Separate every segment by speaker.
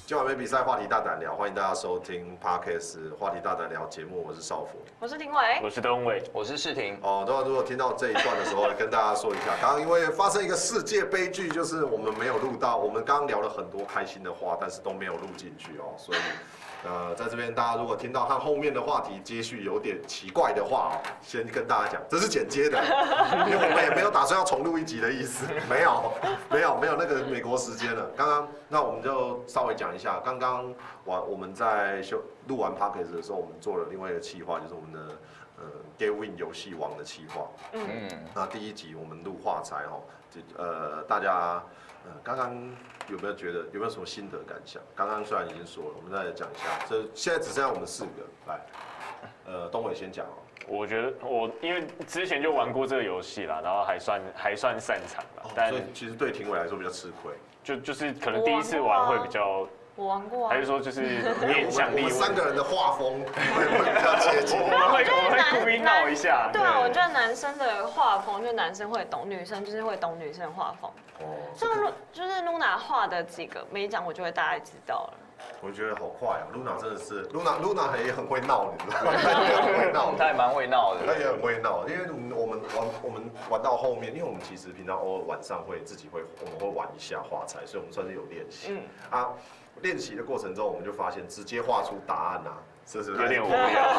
Speaker 1: 今晚没比赛，话题大胆聊，欢迎大家收听 Podcast 话题大胆聊节目，我是少福，
Speaker 2: 我是廷伟，
Speaker 3: 我是东伟，
Speaker 4: 我是世廷。
Speaker 1: 哦，如果听到这一段的时候，跟大家说一下，刚刚因为发生一个世界悲剧，就是我们没有录到，我们刚刚聊了很多开心的话，但是都没有录进去哦，所以。在这边大家如果听到他后面的话题接续有点奇怪的话哦，先跟大家讲，这是剪接的，因为我们也没有打算要重录一集的意思，没有那个美国时间了。刚刚那我们就稍微讲一下，刚刚我们在录完 podcast 的时候，我们做了另外一个企划，就是我们的Game Win 游戏王的企划。那第一集我们录话才哦，大家刚刚。有没有什么心得感想？刚刚虽然已经说了，我们再来讲一下。现在只剩下我们4个，来，东伟先讲哦。
Speaker 3: 我觉得因为之前就玩过这个游戏啦，然后还算擅长啦，但
Speaker 1: 所以其实对廷伟来说比较吃亏。
Speaker 3: 就是可能第一次玩会比较。
Speaker 2: 我玩过啊。
Speaker 3: 还是说就是念想力？
Speaker 1: 我们3个人的画风会比较接近。
Speaker 3: 我们会故意闹一下。
Speaker 2: 对啊，我觉得男生的画风，就男生会懂，女生就是会懂女生画风。像就是露娜画的几个美奖，我就会大概知道了。
Speaker 1: 我觉得好快啊，露娜真的是露娜也很会闹，你知道吗？她也很会闹，
Speaker 4: 她也蛮会闹的。
Speaker 1: 她也很会闹，因为我们玩到后面，因为我们其实平常偶尔晚上我们会玩一下画材，所以我们算是有练习。练习的过程中，我们就发现直接画出答案啊，是不是
Speaker 3: 有点无聊？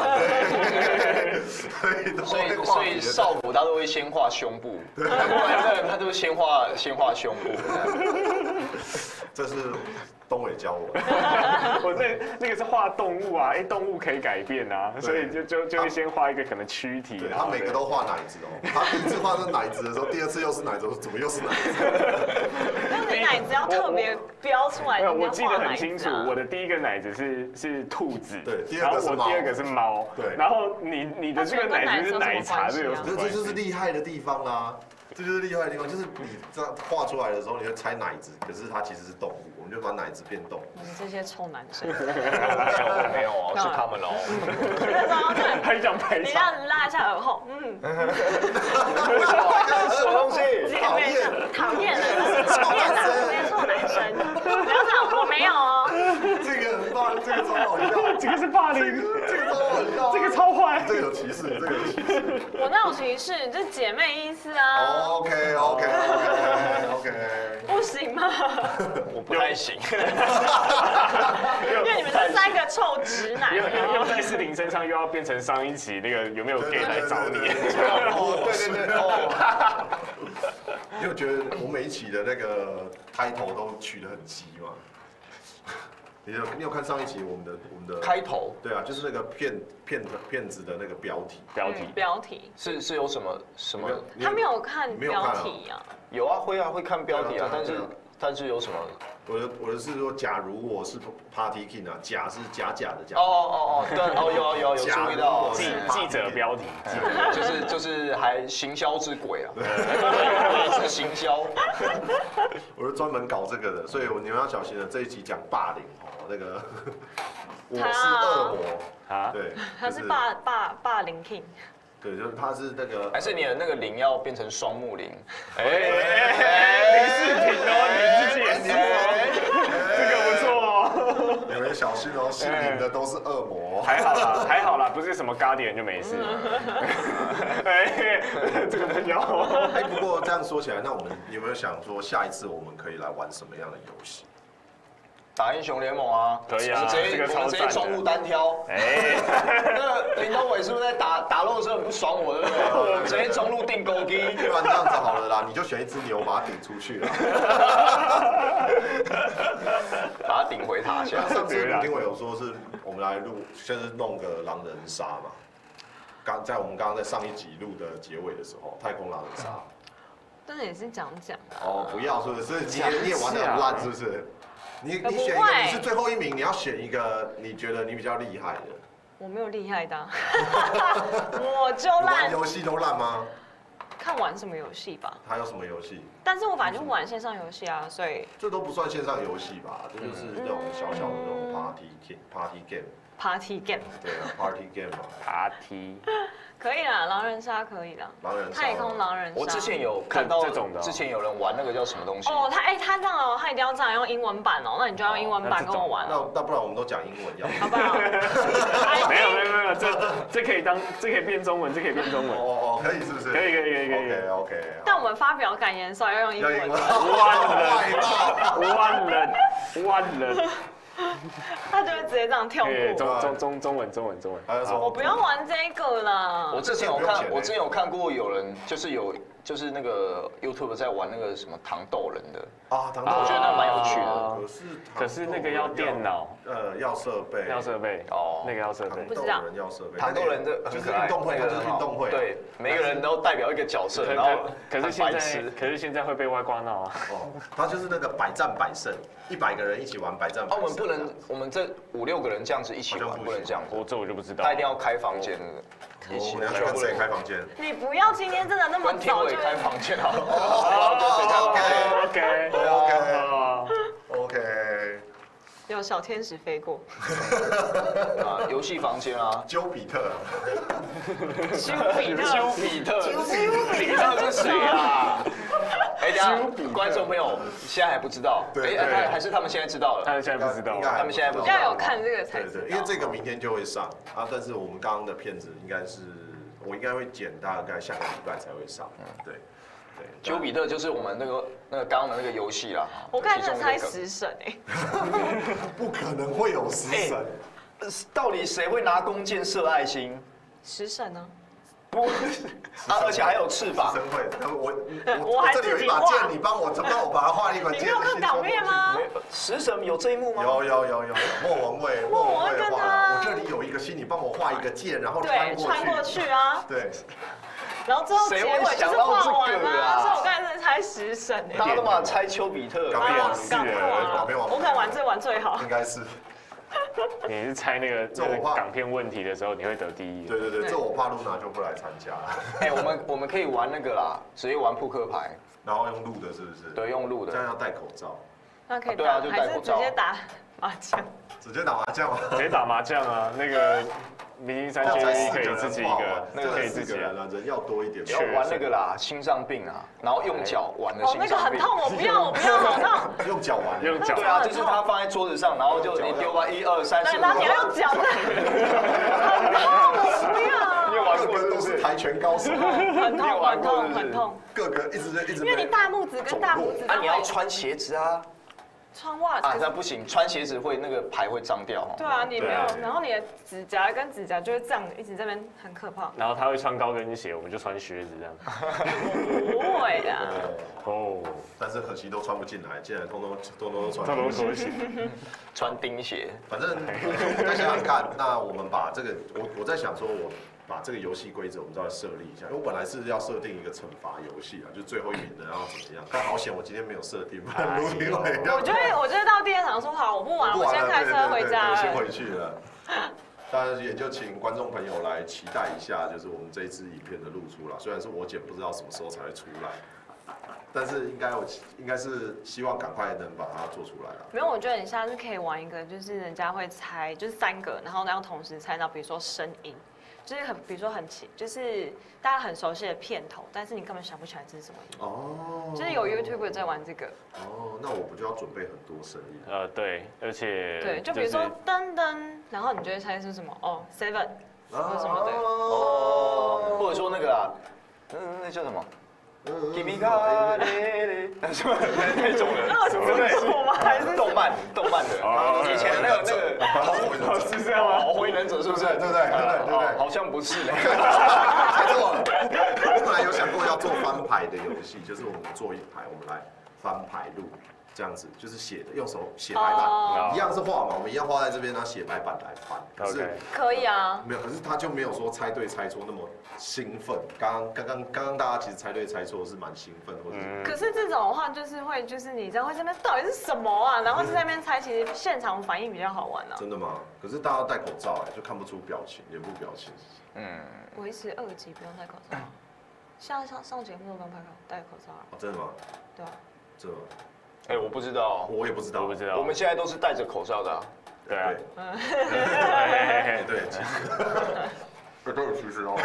Speaker 4: 所以少辅他都会先画胸部，他都先画胸部。
Speaker 1: 这是东伟教我的。
Speaker 3: 我那个是画动物啊，动物可以改变啊，所以就会先画一个可能躯体。
Speaker 1: 他每个都画奶子哦，他第一次画成奶子的时候，第2次又是奶子，怎么又是奶子？
Speaker 2: 那你奶子要特别标出来。
Speaker 3: 我记得很清楚，我的第一个奶子是兔子，
Speaker 1: 对，
Speaker 3: 然后我第2个是猫，
Speaker 1: 对，
Speaker 3: 然后你的这个奶子是奶茶，这有什么关系？
Speaker 1: 这就是厉害的地方啦。这就是厉害的地方，就是你这样画出来的时候，你会猜奶子，可是它其实是动物，我们就把奶子变动物。
Speaker 2: 你们这些臭男生。
Speaker 4: 没有哦，是他们哦。
Speaker 3: 很想拍。
Speaker 2: 你让拉一下耳后，
Speaker 4: 什么东西？
Speaker 2: 讨厌的，臭男生。不要讲，我没有哦。
Speaker 1: 这个很棒，这个超好笑，
Speaker 3: 这个是霸凌，
Speaker 1: 这个超好笑，
Speaker 3: 这个超坏，
Speaker 1: 这个有歧视，这个有歧视。
Speaker 2: 我哪有歧视？这姐妹意思啊。
Speaker 1: OK。
Speaker 2: 不行吗？
Speaker 4: 我不太行，
Speaker 2: 因为你们是3个臭直男。
Speaker 3: 又在世廷身上又要变成上一期那个有没有 gay 来找你？
Speaker 1: 因为我觉得我每一期的那个开头都取得很急嘛。你有看上一期我们的开头？对啊，就是那个骗子的那个标题
Speaker 4: 是有什么？
Speaker 2: 他没有看标题啊？
Speaker 4: 有啊，会看标题啊，但是有什么？
Speaker 1: 我的是说，假如我是 Party King 啊，假是假的假。
Speaker 4: 对，有注意到
Speaker 3: 记者标题，
Speaker 4: 就是还行销之鬼啊，是行销。
Speaker 1: 我是专门搞这个的，所以你们要小心了。这一集讲霸凌哦，那个我是恶魔啊，对，
Speaker 2: 他是霸凌 King。
Speaker 1: 对，就是他是那个，
Speaker 4: 还是你的那个零要变成双木零？
Speaker 3: 林世廷哦，你自己也是，这个不错哦。
Speaker 1: 你们小心哦，姓林的都是恶魔。
Speaker 3: 还好啦，不是什么 Guardian 就没事。这个不要。
Speaker 1: 不过这样说起来，那我们有没有想说，下一次我们可以来玩什么样的游戏？
Speaker 4: 打英雄联盟啊，
Speaker 3: 可以啊，
Speaker 4: 我们直接中路单挑。那林东伟是不是在打肉的时候很不爽我，对不对？我们直接中路定勾机。
Speaker 1: 不然这样子好了啦，你就选一只牛把它顶出去了，
Speaker 4: 把它顶回塔下。
Speaker 1: 上次丁伟有说是我们来录，就是弄个狼人杀嘛。我们刚刚在上一集录的结尾的时候，太空狼人杀。
Speaker 2: 但是也是讲的。
Speaker 1: 不要是不是？你也玩得很烂是不是？你选一个，你是最后一名，你要选一个你觉得你比较厉害的。
Speaker 2: 我没有厉害的，我就烂。
Speaker 1: 玩游戏都烂吗？
Speaker 2: 看玩什么游戏吧。
Speaker 1: 还有什么游戏？
Speaker 2: 但是我反正就玩线上游戏啊，所以
Speaker 1: 这都不算线上游戏吧？这就是那种小小的那种 party game。
Speaker 2: party game。
Speaker 1: 对啊，party game 嘛，
Speaker 3: 爬梯，
Speaker 2: 可以啦，狼人杀可以啦。
Speaker 1: 狼人杀
Speaker 2: 太空狼人杀。
Speaker 4: 我之前有看到
Speaker 3: 这种的哦
Speaker 4: 之前有人玩那个叫什么东西？
Speaker 2: 哦，他这样哦，他一定要这样用英文版哦，那你就要用英文版跟我玩哦，
Speaker 1: 那不然我们都讲英文要？
Speaker 2: 好不好？
Speaker 3: 没有，这可以变中文，这可以变中文。
Speaker 1: 哦，可以是不是？
Speaker 3: 可以。
Speaker 1: OK。
Speaker 2: 但我们发表感言的时候要用英文。
Speaker 3: 万人，
Speaker 2: 他就会直接这样跳过。
Speaker 3: 中文。
Speaker 1: 他就说
Speaker 2: 我不要玩这个啦。
Speaker 4: 我之前有看过有人就是那个 YouTube 在玩那个什么糖豆人的
Speaker 1: 啊，糖豆，
Speaker 4: 我觉得那蛮有趣的。
Speaker 3: 可是那个要电脑，
Speaker 1: 要设备
Speaker 3: 哦，那个要设备。
Speaker 2: 不知道。
Speaker 1: 要设备。
Speaker 4: 糖豆人的
Speaker 1: 就是运动会，它就是运动会。
Speaker 4: 对，每个人都代表一个角色，然后
Speaker 3: 可是现在会被外挂闹啊。
Speaker 1: 哦，他就是那个百战百胜，100个人一起玩百战百胜。
Speaker 4: 我们不能，我们这5、6个人这样子一起玩，不能这样。
Speaker 3: 这我就不知道。
Speaker 4: 他一定要开房间，一起。
Speaker 1: 你要跟谁开房间？
Speaker 2: 你不要今天真的那么早就
Speaker 4: 开房间好了。
Speaker 1: OK。
Speaker 2: 有小天使飞过。
Speaker 4: 游戏房间啊，
Speaker 1: 丘比特
Speaker 2: 丘比特
Speaker 4: 是谁啊？哎，等下，观众朋友现在还不知道，还是他们现在知道了？
Speaker 3: 他们现在不知道，
Speaker 4: 他们现在不知道。
Speaker 2: 要有看这个才知道。
Speaker 1: 因为这个明天就会上啊，但是我们刚刚的片子我应该会剪，大概下个礼拜才会上。对。
Speaker 4: 丘比特就是我们那个刚刚的那个游戏啦。
Speaker 2: 我刚才在猜食神哎。
Speaker 1: 不可能会有食神。
Speaker 4: 到底谁会拿弓箭射爱心？
Speaker 2: 食神呢？
Speaker 4: 不，而且还有翅膀。
Speaker 1: 神会，我这里有一把剑，你帮我把它画一把剑。
Speaker 2: 你没有看港片吗？
Speaker 4: 食神有这一幕吗？
Speaker 1: 有，莫文蔚画。我这里有一个心，你帮我画一个剑，然后穿过去啊。对。
Speaker 2: 然后最后结尾就是画完啊，所以我刚才真的猜食神哎。
Speaker 4: 大家都嘛猜丘比特。
Speaker 1: 港片王，
Speaker 2: 我可能玩这玩最好。
Speaker 1: 应该是。
Speaker 3: 你是猜那个港片问题的时候，你会得第一。
Speaker 1: 对，这我怕露娜就不来参加了。
Speaker 4: 哎，我们可以玩那个啦，直接玩扑克牌，
Speaker 1: 然后用录的，是不是？
Speaker 4: 对，用录的。
Speaker 1: 这样要戴口罩。
Speaker 2: 那可以。
Speaker 4: 对啊，就戴口罩。
Speaker 2: 还是直接打麻将？
Speaker 1: 直接打麻将吗？
Speaker 3: 直接打麻将啊，那个。明星3缺1可以自己一个，
Speaker 1: 那个可以自己人要多一点。
Speaker 4: 要玩那个啦，心脏病啊，然后用脚玩的心脏病。
Speaker 2: 那个很痛，我不要，好痛。
Speaker 1: 用脚玩，
Speaker 4: 对啊，就是他放在桌子上，然后就你丢吧，1、2、3、4。
Speaker 2: 那你要用脚的，很痛，我不要。
Speaker 4: 你有玩过？
Speaker 1: 个都是跆拳高手，
Speaker 2: 很痛。
Speaker 1: 个个一直。
Speaker 2: 因为你大拇指跟大拇指。
Speaker 4: 啊，你要穿鞋子啊。
Speaker 2: 穿袜子
Speaker 4: 啊，那不行，穿鞋子会那个牌会脏掉。
Speaker 2: 对啊，你没有，然后你的指甲跟指甲就会这样一直这边很可怕。
Speaker 3: 然后他会穿高跟鞋，我们就穿靴子这样。
Speaker 2: 不会的。
Speaker 3: 哦，
Speaker 1: 但是可惜都穿不进来，竟然通通都穿。
Speaker 4: 穿钉鞋。
Speaker 1: 反正再想想看，那我们把这个，我在想说，我把这个游戏规则我们稍微设立一下，因为我本来是要设定一个惩罚游戏啊，就最后一名的要怎么样。但好险，我今天没有设定，不然卢廷伟。
Speaker 2: 我觉得到第2场说好，我不玩了，我先开车回家了。
Speaker 1: 先回去了。当然也就请观众朋友来期待一下，就是我们这一支影片的露出啦。虽然是我剪，不知道什么时候才会出来，但是应该是希望赶快能把它做出来啦。
Speaker 2: 没有，我觉得你下次可以玩一个，就是人家会猜，就是3个，然后要同时猜到，比如说声音。就是比如说就是大家很熟悉的片头，但是你根本想不起来这是什么音。哦。就是有 YouTuber 在玩这个。
Speaker 1: 哦，那我不就要准备很多声音？
Speaker 3: 对，而且。
Speaker 2: 对，就比如说噔噔，然后你就会猜是什么哦 7，或者什么的。
Speaker 4: 哦。或者说那个啊，那叫什么？Kimi ga le， 什么那种的？
Speaker 2: 对吗？还是
Speaker 4: 动漫的？以前的那个
Speaker 3: 是这样吗？
Speaker 4: 火影忍者是不是？
Speaker 1: 对不对？
Speaker 4: 好像不是嘞。
Speaker 1: 猜错了。我本来有想过要做翻牌的游戏，就是我们做一排，我们来翻牌录。这样子就是用手写白板，一样是画嘛，我们一样画在这边，然后写白板来翻。可是
Speaker 2: 可以啊，
Speaker 1: 没有，可是他就没有说猜对猜错那么兴奋。刚刚大家其实猜对猜错是蛮兴奋，或者。
Speaker 2: 可是这种的话就是你知道会这边到底是什么啊？然后在那边猜，其实现场反应比较好玩啊。
Speaker 1: 真的吗？可是大家戴口罩就看不出表情，脸部表情。
Speaker 2: 维持2级不用戴口罩。现在上节目都不用戴口罩啊。
Speaker 1: 真的吗？
Speaker 2: 对啊。
Speaker 1: 这。
Speaker 4: 我不知道，
Speaker 1: 我也不知道，
Speaker 4: 我们现在都是戴着口罩的。
Speaker 3: 对啊，
Speaker 1: 对，其实都有其实哦。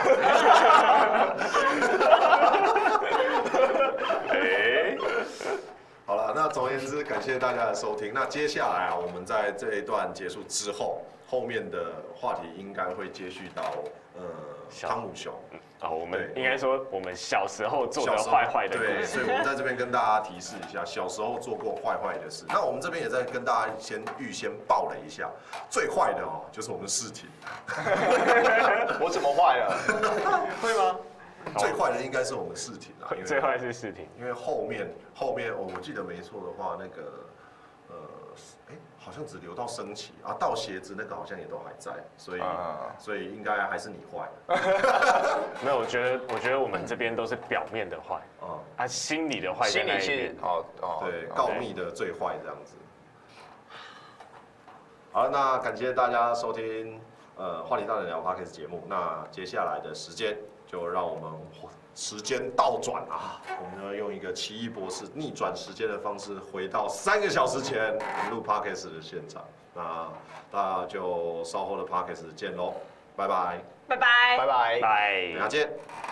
Speaker 1: 好了，那总而言之，感谢大家的收听。那接下来啊，我们在这一段结束之后，后面的话题应该会接续到汤姆熊。
Speaker 3: 我们应该说我们小时候做的坏的故
Speaker 1: 对，
Speaker 3: 事。
Speaker 1: 所以我们在这边跟大家提示一下，小时候做过坏的事。那我们这边也在跟大家预先爆了一下，最坏的哦，就是我们世廷。
Speaker 4: 我怎么坏了？
Speaker 3: 会吗？
Speaker 1: 最坏的应该是我们世廷啊，
Speaker 3: 最坏是世廷，
Speaker 1: 因为后面我记得没错的话，那个好像只留到升旗啊，到鞋子那个好像也都还在，所以应该还是你坏。
Speaker 3: 没有，我觉得我们这边都是表面的坏，心里的坏在那一边。
Speaker 1: 对，告密的最坏这样子。好，那感谢大家收听话题大人聊 Podcast 节目。那接下来的时间就让我们时间倒转啊，我们要用一个奇异博士逆转时间的方式，回到3个小时前录 Podcast 的现场。那大家就稍后的 Podcast 见喽，拜拜，
Speaker 2: 拜拜，
Speaker 4: 拜拜，
Speaker 3: 拜，
Speaker 1: 等下见。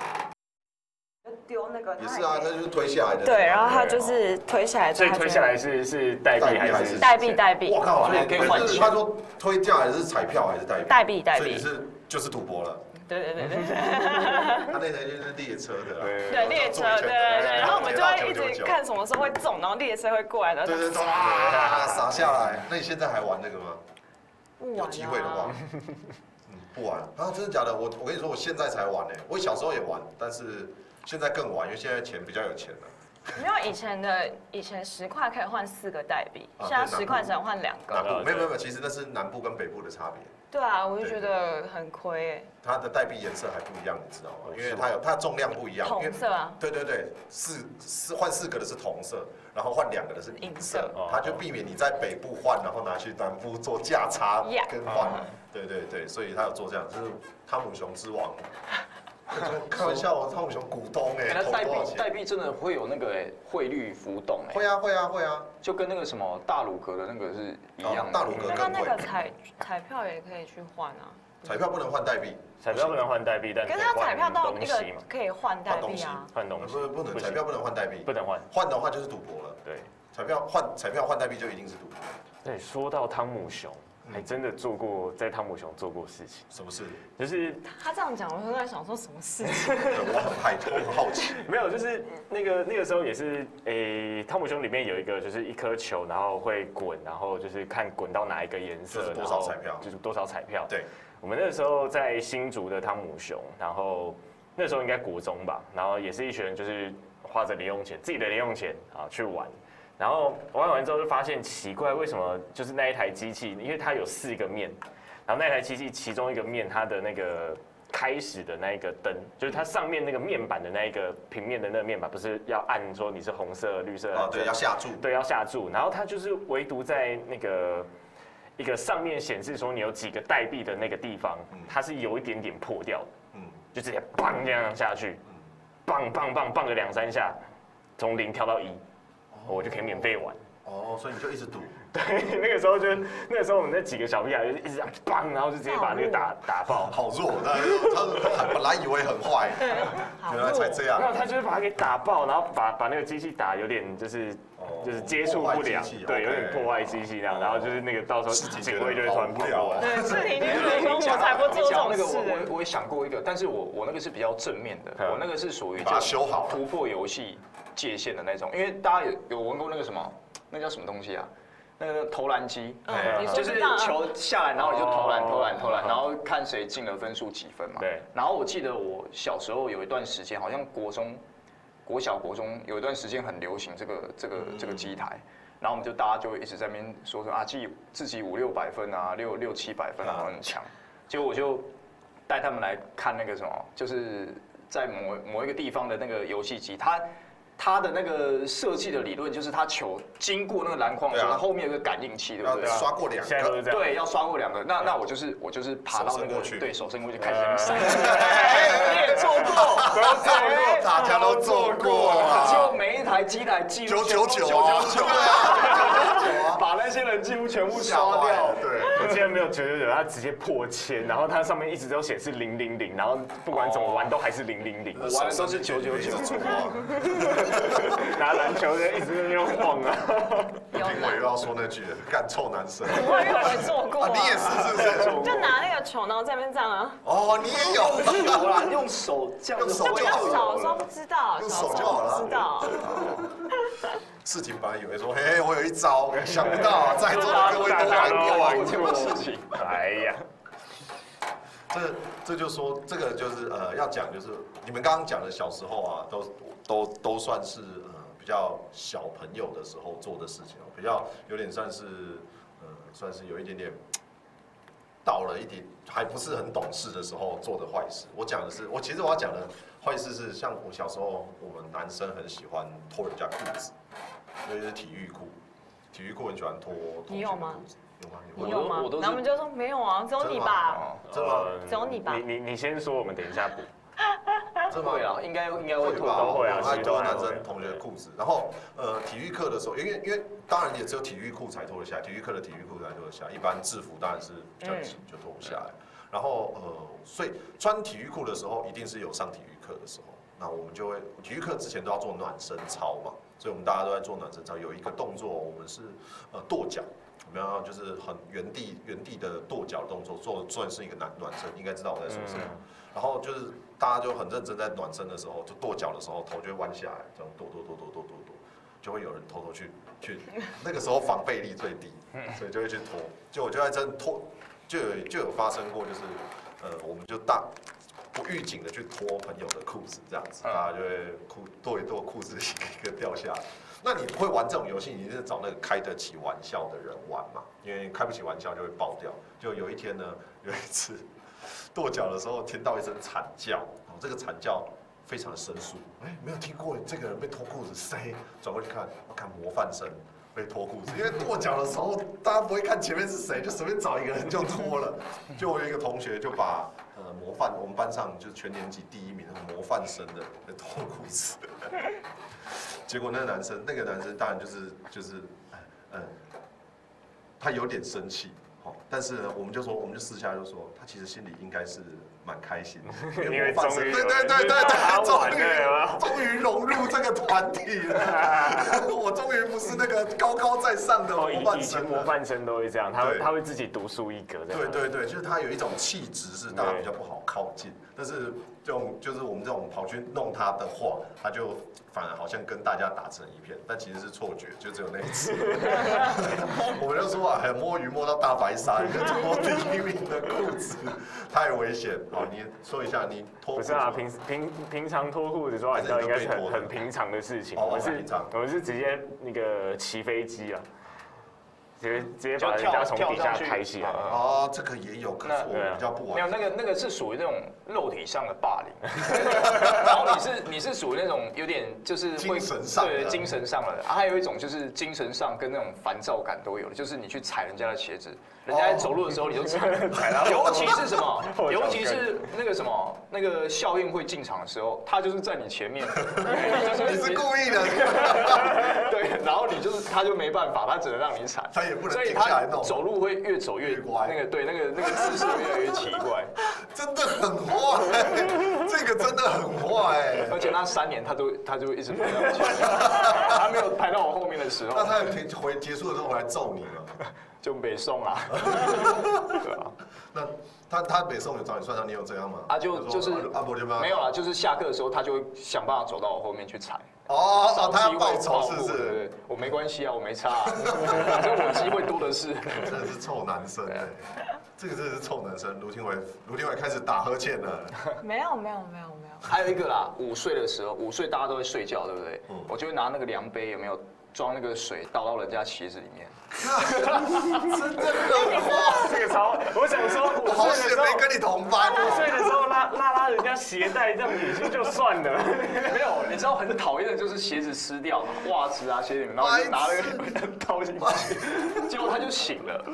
Speaker 2: 丢那个
Speaker 1: 也是啊，他就是推下来的。
Speaker 2: 对，然后他就是推下来，
Speaker 3: 所以推下来是代币还是
Speaker 2: 代币？
Speaker 1: 我靠，
Speaker 4: 所以可以换钱。
Speaker 1: 他说推下来是彩票还是代币？
Speaker 2: 代币，
Speaker 1: 所以就是赌博了。
Speaker 2: 对。
Speaker 1: 他那台就是列车的啦。
Speaker 2: 对，列车，对。然后我们就会一直看什么时候会中，然后列车会过来的。
Speaker 1: 对，撒下来。那你现在还玩那个吗？
Speaker 2: 不玩。
Speaker 1: 有机会的话，不玩啊？真的假的？我跟你说，我现在才玩呢。我小时候也玩，但是现在更玩，因为现在钱比较有钱了。
Speaker 2: 没有以前10块可以换4个代币，现在10块只能换2个。
Speaker 1: 没有，其实那是南部跟北部的差别。
Speaker 2: 对啊，我就觉得很亏哎。
Speaker 1: 它的代币颜色还不一样，你知道吗？因为它重量不一样。
Speaker 2: 同色啊。
Speaker 1: 对，换4个的是同色，然后换2个的是银色，它就避免你在北部换，然后拿去南部做价差更换。对，所以他有做这样，就是汤姆熊之王。开玩笑，汤姆熊股东哎。
Speaker 4: 那代币真的会有那个汇率浮动哎。
Speaker 1: 会啊，
Speaker 4: 就跟那个什么大鲁阁的那个是一样的。
Speaker 1: 大鲁阁更
Speaker 2: 那个彩票也可以去换啊。
Speaker 1: 彩票不能换代币，
Speaker 3: 彩票不能换代币，但
Speaker 2: 可是它彩票到一个可以换代币啊。
Speaker 3: 换东西
Speaker 1: 不能，彩票不能换代币，
Speaker 3: 不能换。
Speaker 1: 换的话就是赌博了。
Speaker 3: 对，
Speaker 1: 彩票换代币就一定是赌博。
Speaker 3: 对，说到汤姆熊。还真的在汤姆熊做过事情。
Speaker 1: 什么事？
Speaker 3: 就是
Speaker 2: 他这样讲，我就在想说什么事情。
Speaker 1: 我很好奇。
Speaker 3: 没有，就是那个时候也是，汤姆熊里面有一个就是一颗球，然后会滚，然后就是看滚到哪一个颜色，
Speaker 1: 就是多少彩票，
Speaker 3: 就是多少彩票。
Speaker 1: 对，
Speaker 3: 我们那个时候在新竹的汤姆熊，然后那时候应该国中吧，然后也是一群人就是花着自己的零用钱啊去玩。然后玩完之后就发现奇怪，为什么就是那一台机器，因为它有4个面，然后那台机器其中一个面它的那个开始的那一个灯，就是它上面那个面板的那一个平面的那个面板，不是要按说你是红色、绿色？
Speaker 1: 对，要下注。
Speaker 3: 对，要下注。然后它就是唯独在那个一个上面显示说你有几个代币的那个地方，它是有一点点破掉的，就直接棒这样下去，棒个2-3下，从0跳到1。我就可以免费玩
Speaker 1: 所以你就一直赌。
Speaker 3: 对，那个时候我们那几个小屁孩就一直这样棒，然后就直接把那个打爆。
Speaker 1: 好弱，他本来以为很坏，原来才这样。
Speaker 3: 没有，他就是把它给打爆，然后把那个机器打有点就是接触不良，对，有点破坏机器那样，然后就是那个到时候警卫就会突然跑过来。
Speaker 2: 对，是你说我才不做这种事。
Speaker 4: 我也想过一个，但是我那个是比较正面的，我那个是属于
Speaker 1: 把它修好
Speaker 4: 突破游戏界限的那种，因为大家有闻过那个什么，那叫什么东西啊？那个投篮机，就是球下来，然后你就投篮，然后看谁进了分数几分嘛。
Speaker 3: 对。
Speaker 4: 然后我记得我小时候有一段时间，好像国小国中有一段时间很流行这个机台，然后我们就大家就一直在那边说啊，自己500-600分啊，600-700分啊，很强。结果我就带他们来看那个什么，就是在某一个地方的那个游戏机， 它的那个设计的理论就是它球经过那个篮筐的时候，它后面有个感应器，对不对？
Speaker 1: 要刷过2个，
Speaker 3: 现在都是这样。
Speaker 4: 对，要刷过2个。那我就是爬到那个对手伸过去开始闪。你也做过，
Speaker 3: 都做过，
Speaker 1: 大家都做过啊。
Speaker 4: 就每一台机台记录
Speaker 1: 999啊，
Speaker 4: 把那些人几乎全部刷掉。
Speaker 1: 对，
Speaker 3: 我竟然没有999，它直接破千，然后它上面一直都显示000，然后不管怎么玩都还是000。
Speaker 4: 我玩的都是999。
Speaker 3: 拿篮球的一直在那边晃啊。
Speaker 1: 我又要说那句了，干臭男生。
Speaker 2: 我以为我做过，
Speaker 1: 你也是？
Speaker 2: 就拿那个球，然后在那边这样啊。
Speaker 1: 哦，你也有。
Speaker 4: 有啦，用手这样，
Speaker 1: 用手就好了。
Speaker 2: 小时候不知道，
Speaker 1: 用手就好了。
Speaker 2: 知道。
Speaker 1: 事情本来以为说，嘿，我有一招，想不到在座的各位都玩过
Speaker 4: 这个事情。
Speaker 3: 哎呀。
Speaker 1: 这就说这个就是要讲就是你们刚刚讲的小时候啊，都算是比较小朋友的时候做的事情，比较有点算是有一点点到了一点还不是很懂事的时候做的坏事。我讲的是其实我要讲的坏事是像我小时候我们男生很喜欢脱人家裤子，尤其是体育裤很喜欢脱。
Speaker 2: 你有吗？
Speaker 1: 你
Speaker 2: 有吗？然后我们就说没有啊，只有你吧。
Speaker 1: 真的吗？
Speaker 2: 只有你吧。
Speaker 3: 你先说，我们等一下补。
Speaker 1: 这
Speaker 4: 会啊，应该会脱，
Speaker 3: 都会啊，
Speaker 1: 爱脱男生同学的裤子。然后体育课的时候，因为当然也只有体育裤才脱得下来，体育课的体育裤才脱得下来，一般制服当然是比较紧就脱不下来。然后所以穿体育裤的时候，一定是有上体育课的时候，那我们就会体育课之前都要做暖身操嘛，所以我们大家都在做暖身操。有一个动作，我们是跺脚。我们要就是很原地的跺脚动作，做是一个暖身，应该知道我在说什么。然后就是大家就很认真在暖身的时候，就跺脚的时候，头就会弯下来，这样跺，就会有人偷偷去，那个时候防备力最低，所以就会去拖。就我就在真拖，就有发生过，就是我们就不预警的去脱朋友的裤子，这样子，大家就会跺一跺，裤子一个掉下来。那你会玩这种游戏，你是找那个开得起玩笑的人玩嘛？因为开不起玩笑就会爆掉。就有一天呢，有一次跺脚的时候，听到一声惨叫，这个惨叫非常的生疏。没有听过这个人被脱裤子，谁？转过去看，我看模范生被脱裤子，因为跺脚的时候大家不会看前面是谁，就随便找一个人就脱了。就我有一个同學就把我们班上就是全年级第1名那个模范生的脱裤子。结果那个男生当然就是他有点生气，但是呢，我们就私下就说，他其实心里应该是蛮开心的，因为模范生，对，终于融入这个团体了，我终于不是那个高高在上的模范生。
Speaker 3: 以前模范生都会这样，他会自己独树一格这样。
Speaker 1: 对，就是他有一种气质是大家比较不好靠近，但是就是我们这种跑去弄他的话，他就反而好像跟大家打成一片，但其实是错觉，就只有那一次。我们就说啊，还摸鱼摸到大白鲨，你就脱第1名的裤子，太危险。好，你说一下你脱裤子。
Speaker 3: 不是啊，平常脱裤子抓晚教应该是很平常的事情。我们是直接那个骑飞机啊。直接把人家从底下抬起来。
Speaker 1: 哦，这个也有，可是我比较不玩。
Speaker 4: 没有，那个是属于那种肉体上的霸凌，然后你是属于那种有点就是
Speaker 1: 精神上的，
Speaker 4: 对精神上的，还有一种就是精神上跟那种烦躁感都有的，就是你去踩人家的鞋子，人家在走路的时候你就踩到，尤其是什么，尤其是那个什么那个校运会进场的时候，他就是在你前面，
Speaker 1: 你是故意的，
Speaker 4: 对，然后他就没办法，他只能让你踩。
Speaker 1: 所以他
Speaker 4: 走路会越走越乖，那个姿势越来越奇怪，
Speaker 1: 真的很坏，这个真的很坏。
Speaker 4: 而且那3年他就一直排到我前面，他没有排到我后面的时候。
Speaker 1: 那他结束的时候回来揍你了，
Speaker 4: 就没送啊。对啊，
Speaker 1: 那他北宋有找你算账，你有这样吗？
Speaker 4: 啊，就是没有啦，就是下课的时候他就会想办法走到我后面去踩。
Speaker 1: 哦，他要报仇是不是？
Speaker 4: 对，我没关系啊，我没差，反正我机会多的是。
Speaker 1: 真的是臭男生哎，这个真的是臭男生。卢廷伟开始打呵欠了。
Speaker 2: 没有。
Speaker 4: 还有一个啦，5岁的时候，5岁大家都会睡觉，对不对？我就会拿那个量杯有没有装那个水倒到人家鞋子里面。
Speaker 1: 真的很坏，
Speaker 3: 这个超，我想说，
Speaker 1: 我好险没跟你同班。
Speaker 3: 5岁的时候候拉人家鞋带这样女性就算了，
Speaker 4: 没有，你知道很讨厌的就是鞋子湿掉嘛，袜子啊鞋里面，然后就拿那个倒进去，结果他就醒了。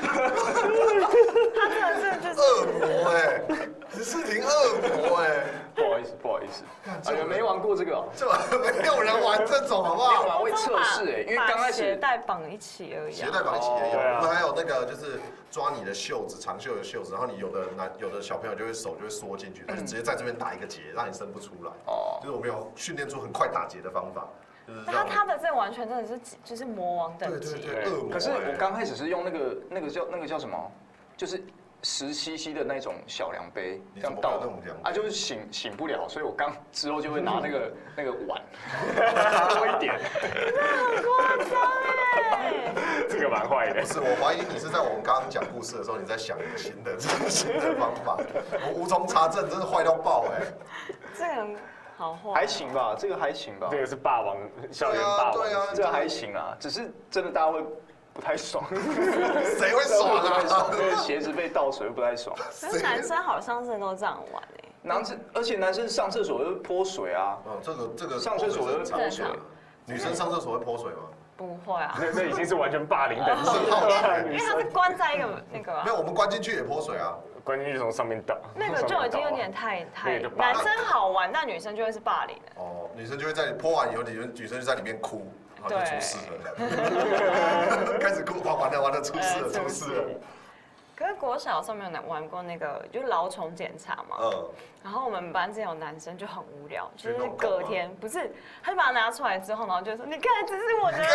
Speaker 2: 他真的是就是
Speaker 1: 恶魔哎，你是挺恶魔哎。
Speaker 4: 不好意思，你们没玩过这个哦？
Speaker 1: 这没有人玩这种好不好？
Speaker 4: 没有玩会测试哎，因为刚开始
Speaker 2: 鞋带绑一起而已。
Speaker 1: 鞋带绑一起也有，
Speaker 3: 哦
Speaker 1: 我们还有那个就是抓你的袖子，长袖的袖子，然后你有的小朋友就会手就会缩进去，他就直接在这边打一个结，让你伸不出来。哦，就是我们有训练出很快打结的方法。
Speaker 2: 但他的这完全真的是就是魔王等级。
Speaker 1: 对，恶魔。
Speaker 4: 可是我刚开始是用那个叫什么，就是10cc 的那种小量杯，这样倒啊，就是醒不了，所以我刚之后就会拿那个碗多一点。
Speaker 2: 很夸张哎，
Speaker 3: 这个蛮坏的。
Speaker 1: 不是，我怀疑你是在我们刚刚讲故事的时候，你在想一个新的方法，我无从查证，真是坏到爆哎。
Speaker 2: 这个好坏。
Speaker 4: 还行吧，这个还行吧。
Speaker 3: 这个是霸王校园霸王，
Speaker 1: 对啊，
Speaker 4: 这个还行啊，只是真的大家会不太爽。
Speaker 1: 谁会爽啊？
Speaker 4: 这个鞋子被倒水不太爽。
Speaker 2: 可是男生好像是都这样玩哎。
Speaker 4: 而且男生上厕所会泼水啊。
Speaker 1: 这个
Speaker 4: 上厕所会泼水。
Speaker 1: 女生上厕所会泼水吗？
Speaker 2: 不会啊。
Speaker 3: 那已经是完全霸凌等级
Speaker 2: 了。因为他是关在一个那个。
Speaker 1: 没有，我们关进去也泼水啊。
Speaker 3: 关进去从上面倒。
Speaker 2: 那个就已经有点太，男生好玩，但女生就会是霸凌的。
Speaker 1: 哦，女生就会在泼完以后，女生就在里面哭。就出事了，开始哭，完了，出事了。
Speaker 2: 可是国小上面有玩过那个，就是蛲虫检查嘛。然后我们班之前有男生就很无聊，就是隔天不是，他就把它拿出来之后，然后就说：“你看，这是我的。”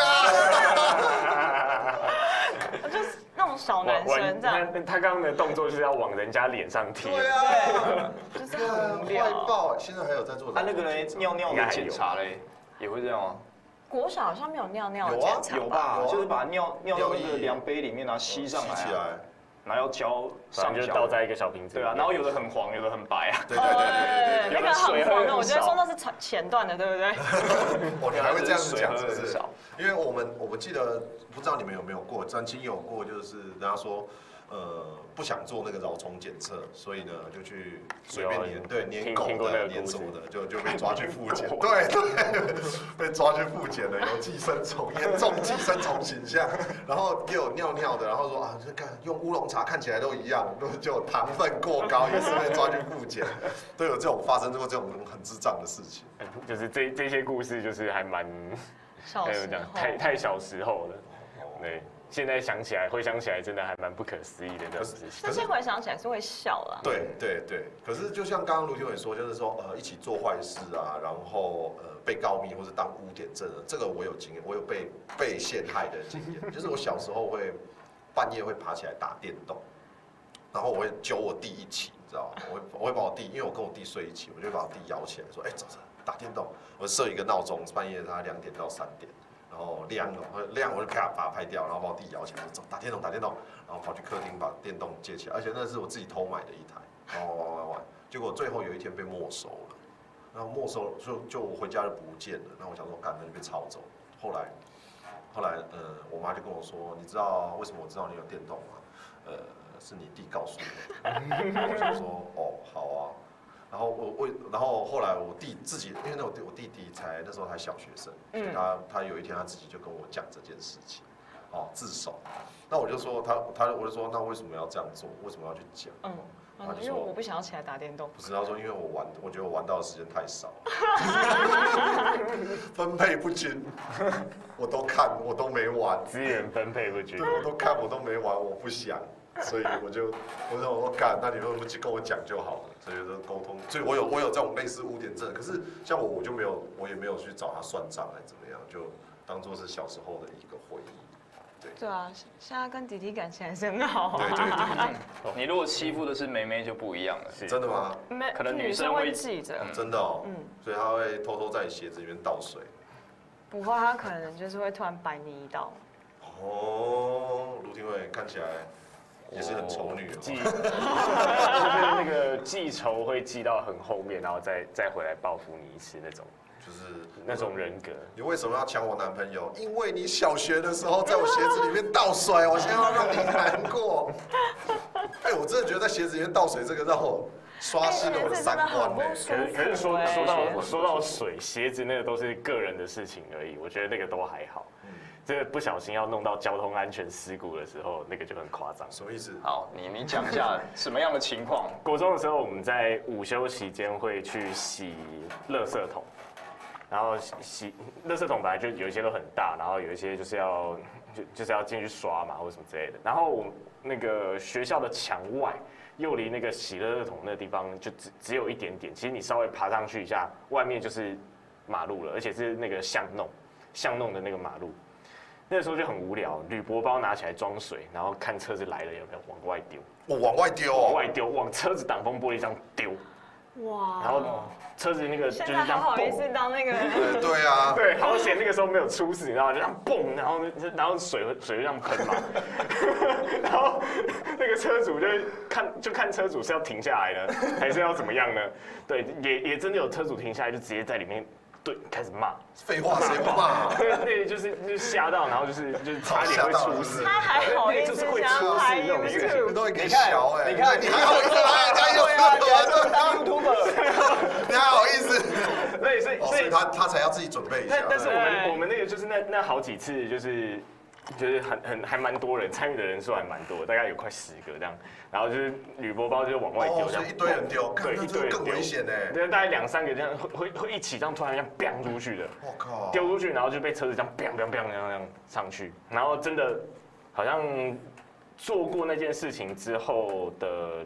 Speaker 2: 就是那种小男生这样。
Speaker 3: 他刚刚的动作就是要往人家脸上贴。
Speaker 1: 对啊，
Speaker 2: 就是很无聊。
Speaker 1: 坏爆！现在还有在做。
Speaker 4: 他那个人尿尿的检查嘞，也会这样吗？
Speaker 2: 国小好像没有尿尿的检查，
Speaker 4: 有吧？就是把尿到那个量杯里面，然后吸上来，然后要浇上
Speaker 3: 就倒在一个小瓶子。
Speaker 4: 对啊，然后有的很黄，有的很白啊。
Speaker 2: 对，那个很黄的，我觉得说那是前段的，对不对？
Speaker 1: 我还会这样子讲，是不是？因为我们记得，不知道你们有没有过，曾经有过，就是人家说。不想做那个蛲虫检测，所以呢就去随便粘狗的、粘什么的，就被抓去复检。对，被抓去复检了，有寄生虫，严重寄生虫倾向，然后也有尿尿的，然后说啊，这看用乌龙茶看起来都一样，就糖分过高，也是被抓去复检，都有发生过这种很智障的事情。
Speaker 3: 就是这些故事，就是还蛮，
Speaker 2: 还有讲
Speaker 3: 太小时候了，对。现在回想起来，真的还蛮不可思议的这种事情。
Speaker 2: 但是回想起来是会笑啦。
Speaker 1: 对。可是就像刚刚卢廷伟说，就是说一起做坏事啊，然后被告密或是当污点证人，这个我有经验，我有被陷害的经验。就是我小时候半夜会爬起来打电动，然后我会揪我弟一起，你知道吗？我会把我弟，因为我跟我弟睡一起，我就会把我弟摇起来，说：“早上打电动。”我设一个闹钟，半夜大概2点到3点。然后亮我就啪把它拍掉，然后把我弟摇起来，走打电动，然后跑去客厅把电动借起来，而且那是我自己偷买的一台，玩，结果最后有一天被没收了，然后没收就我回家就不见了，然后我想说干，那就被抄走。后来我妈就跟我说，你知道为什么我知道你有电动吗？是你弟告诉我。我想说哦好啊。然后后来我弟自己，因为我弟弟那时候还小学生，所以他有一天他自己就跟我讲这件事情，自首。那我就说我就说那为什么要这样做？为什么要去讲？
Speaker 2: 因为我不想要起来打电动。
Speaker 1: 不是，他说因为我觉得我玩到的时间太少，分配不均，我都看我都没玩，
Speaker 3: 资源分配不均，
Speaker 1: 对，我都看我都没玩，我不想。所以我说干，那你都不跟我讲就好了，所以就沟通。所以我有这种类似污点症，可是像我就没有，我也没有去找他算账还怎么样，就当做是小时候的一个回忆。
Speaker 2: 对啊，现在跟弟弟感情还是很好。
Speaker 1: 对。
Speaker 4: 你如果欺负的是妹妹就不一样了。
Speaker 1: 真的吗？
Speaker 4: 可能女生
Speaker 2: 会记着。
Speaker 1: 真的哦。所以他会偷偷在你鞋子里面倒水。
Speaker 2: 不会，他可能就是会突然摆你一道。
Speaker 1: 卢廷伟看起来。也是很丑女
Speaker 3: 就是那个记仇会记到很后面，然后再回来报复你一次那种，就是那种人格。
Speaker 1: 你为什么要抢我男朋友？因为你小学的时候在我鞋子里面倒水，我现在要让你难过。我真的觉得在鞋子里面倒水这个让我刷新了我的三观呢。
Speaker 3: 可是说到水，鞋子那个都是个人的事情而已，我觉得那个都还好。这个不小心要弄到交通安全事故的时候，那个就很夸张。
Speaker 1: 什么意思？
Speaker 4: 好，你讲一下什么样的情况？
Speaker 3: 国中的时候，我们在午休期间会去洗垃圾桶，然后洗垃圾桶本来就有一些都很大，然后有一些就是要进去刷嘛，或者什么之类的。然后我们那个学校的墙外，又离那个洗垃圾桶那个地方就只有一点点，其实你稍微爬上去一下，外面就是马路了，而且是那个巷弄的那个马路。那时候就很无聊，铝箔包拿起来装水，然后看车子来了有没有往外丢。
Speaker 1: 往外丢
Speaker 3: 往外丢，往车子挡风玻璃上丢。
Speaker 2: 哇！
Speaker 3: 然后车子那个就是这样
Speaker 2: 现在好意思当那个
Speaker 1: 对啊，
Speaker 3: 对，好险那个时候没有出事，你知道吗？就这样蹦，然后水就这样喷嘛，然后那个车主就看车主是要停下来呢，还是要怎么样呢？对，也真的有车主停下来，就直接在里面。对，开始骂。
Speaker 1: 废话，谁不骂？
Speaker 3: 对，就是吓到，然后就是差点会出事。
Speaker 2: 他还好意思
Speaker 3: 就是会出事那种事情。
Speaker 1: 都会给小
Speaker 4: 你看，
Speaker 1: 你还好意思来加油
Speaker 4: 啊！你还这当 YouTuber，
Speaker 1: 你还好意思？
Speaker 3: 对，所以
Speaker 1: 他才要自己准备一下。
Speaker 3: 但是我们那个就是那好几次就是还蛮多人参与的人数还蛮多，大概有快10个这样，然后就是铝箔包就往外丢，这样
Speaker 1: 一堆人丢，
Speaker 3: 对，一堆人
Speaker 1: 更危险哎，
Speaker 3: 对，大概2、3个这样会一起这样突然这样 biang 出去的，
Speaker 1: 我靠，
Speaker 3: 丢出去，然后就被车子这样 biang biang biang 这样上去，然后真的好像做过那件事情之后的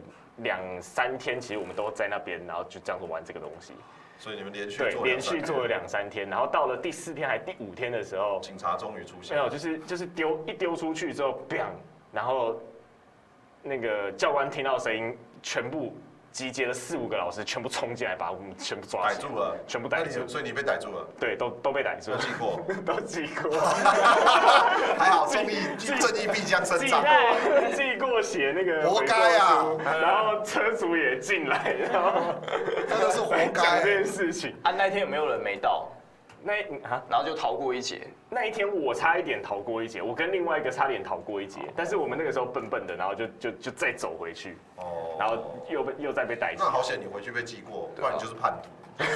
Speaker 3: 2、3天，其实我们都在那边，然后就这样子玩这个东西。
Speaker 1: 所以你们连续
Speaker 3: 做了2、3天，然后到了第4天还第5天的时候，
Speaker 1: 警察终于出现。
Speaker 3: 没有，就是丢出去之后 ，biang， 然后那个教官听到声音，全部集结了4、5个老师，全部冲进来把我们全部抓
Speaker 1: 逮住了，
Speaker 3: 全部逮住。
Speaker 1: 所以你被逮住了？
Speaker 3: 对，都被逮住了。
Speaker 1: 都记过，
Speaker 3: 都记过。
Speaker 1: 还好，正义必将伸张。
Speaker 3: 记过写那个。
Speaker 1: 活该啊！
Speaker 3: 然后车主也进来，然后
Speaker 1: 真的是活该。
Speaker 3: 讲这件事情。
Speaker 4: 那天有没有人没到？然后就逃过一劫。
Speaker 3: 那一天我差一点逃过一劫，我跟另外一个差点逃过一劫，但是我们那个时候笨笨的，然后就再走回去，然后又再被带走。
Speaker 1: 那好险你回去被记过，不然你就是叛徒。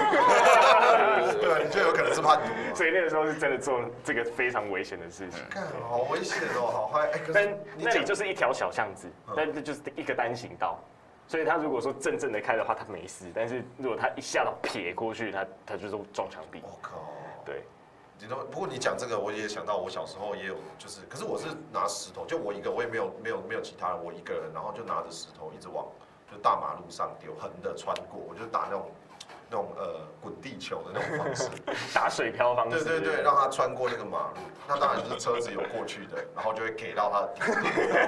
Speaker 1: 对，你就有可能是叛徒。
Speaker 3: 所以那个时候是真的做这个非常危险的事情。
Speaker 1: 看，好危险哦，好嗨！
Speaker 3: 但那里就是一条小巷子，但这就是一个单行道。所以他如果说正的开的话，他没事；但是如果他一下到撇过去，他就是撞墙壁。
Speaker 1: 我靠！
Speaker 3: 对，
Speaker 1: 不过你讲这个，我也想到我小时候也有，就是可是我是拿石头，就我一个，我也没有其他人，我一个人，然后就拿着石头一直往就大马路上丢，横的穿过，我就打那种滚地球的那种方式，
Speaker 3: 打水漂方式，
Speaker 1: 对，让他穿过那个马路，那当然就是车子有过去的，然后就会给到他的底盘，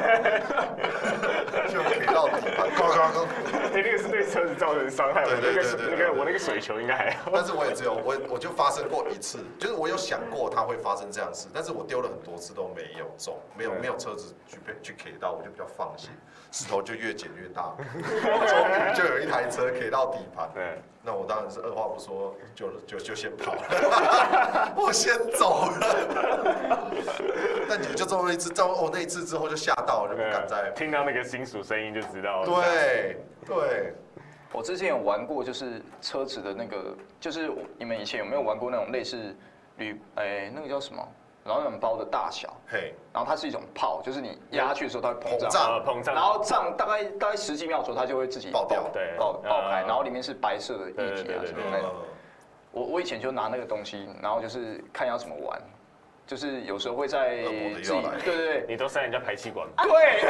Speaker 1: 就给到底盘，
Speaker 3: 那个是对车子造成伤害，
Speaker 1: 对，
Speaker 3: 我那个水球应该还好，
Speaker 1: 但是我也只有我就发生过一次，就是我有想过它会发生这样的事，但是我丢了很多次都没有中，没有车子去给到，我就比较放心，石头就越捡越大，终于就有一台车给到底盘，对。那我当然是二话不说就先跑了，我先走了。但你就这么一次，那一次之后就吓到了，就不敢再
Speaker 3: 听到那个金属声音就知道了。
Speaker 1: 对。
Speaker 4: 我之前有玩过，就是车子的那个，就是你们以前有没有玩过那种类似那个叫什么？暖暖包的大小，然后它是一种炮，就是你压下去的时候它会膨胀，然后大概10几秒左右它就会自己
Speaker 1: 爆掉，
Speaker 4: 爆开，然后里面是白色的液体啊什么那种。我以前就拿那个东西，然后就是看要怎么玩，就是有时候会在自己对，
Speaker 3: 你都塞人家排气管，
Speaker 4: 对，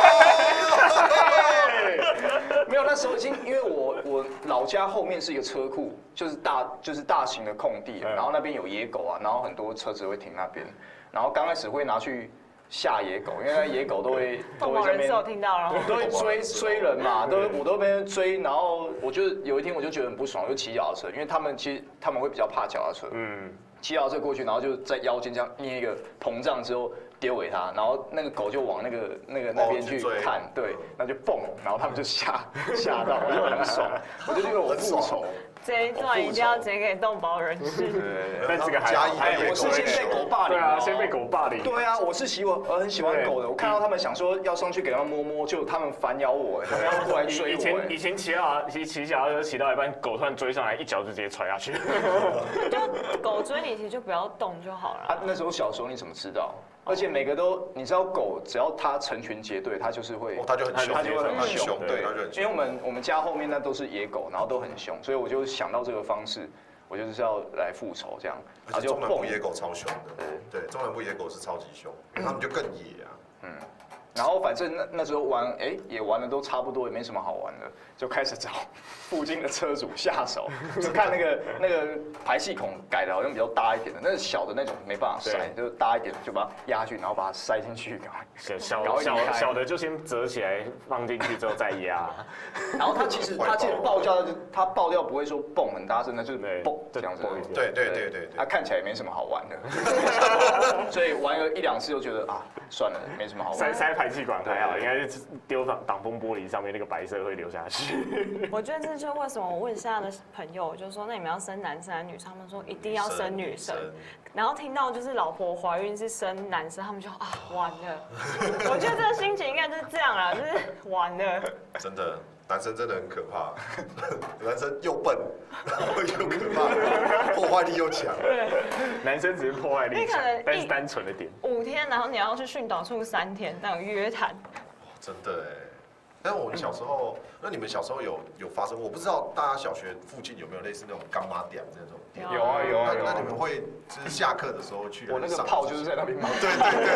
Speaker 4: 没有那时候已经因为我老家后面是一个车库，就是大型的空地，然后那边有野狗啊，然后很多车子会停那边，然后刚开始会拿去吓野狗，因为那野狗都会在那边，
Speaker 2: 有听到了，
Speaker 4: 都会追人嘛，我都被人追，然后我就有一天我就觉得很不爽，我就骑脚踏车，因为他们会比较怕脚踏车，骑脚踏车过去，然后就在腰间这样捏一个膨胀之后丢给他，然后那个狗就往那边去看，对，那就蹦，然后他们就吓到，我就很爽，我就觉得我
Speaker 2: 这一段一定要剪给动保人士。
Speaker 4: 对，
Speaker 3: 但这个还好，
Speaker 4: 我是先被狗霸凌，
Speaker 3: 对啊，先被狗霸凌。
Speaker 4: 对啊，我很喜欢狗的，我看到他们想说要上去给他们摸摸，就他们反咬我，他们要过来追我。
Speaker 3: 以前骑脚踏车骑到一半，狗突然追上来，一脚就直接踹下去。
Speaker 2: 就狗追你，其实就不要动就好了。
Speaker 4: 啊，那时候小时候你怎么知道？而且每个都，你知道狗只要它成群结队，它就是会，
Speaker 1: 它就很凶，
Speaker 4: 它就会很凶，
Speaker 1: 对，
Speaker 4: 因为我们家后面那都是野狗，然后都很凶，所以我就想到这个方式，我就是要来复仇这样。
Speaker 1: 而且中南部野狗超凶的，对，中南部野狗是超级凶，因为他们就更野啊。
Speaker 4: 然后反正那时候玩，也玩的都差不多，也没什么好玩的，就开始找附近的车主下手，就看那个排气孔改的好像比较大一点的，那是小的那种没办法塞，就是大一点的就把它压下去，然后把它塞进去，
Speaker 3: 小的就先折起来放进去之后再压。
Speaker 4: 然后它其实爆掉，它爆掉不会说蹦很大声的，就是蹦这样子。
Speaker 1: 对，
Speaker 4: 它看起来也没什么好玩的，所以玩个1-2次就觉得啊，算了，没什么好玩。
Speaker 3: 塞排气管还好，应该是丢挡风玻璃上面那个白色会流下去。
Speaker 2: 我觉得这就是为什么我问现在的朋友，就说那你们要生男生还是女生？他们说一定要生女生。然后听到就是老婆怀孕是生男生，他们就啊完了。我觉得这个心情应该就是这样啦，就是完了。
Speaker 1: 真的。男生真的很可怕，男生又笨，然后又可怕，破坏力又强。
Speaker 3: 男生只是破坏力强，但是单纯的点。
Speaker 2: 5天，然后你要去训导处3天，那种约谈。
Speaker 1: 真的哎。但我们小时候，那你们小时候有发生？我不知道大家小学附近有没有类似那种干妈店那种店？
Speaker 4: 有啊。
Speaker 1: 那你们会就是下课的时候去？
Speaker 4: 我那个炮就是在那边买。
Speaker 1: 对。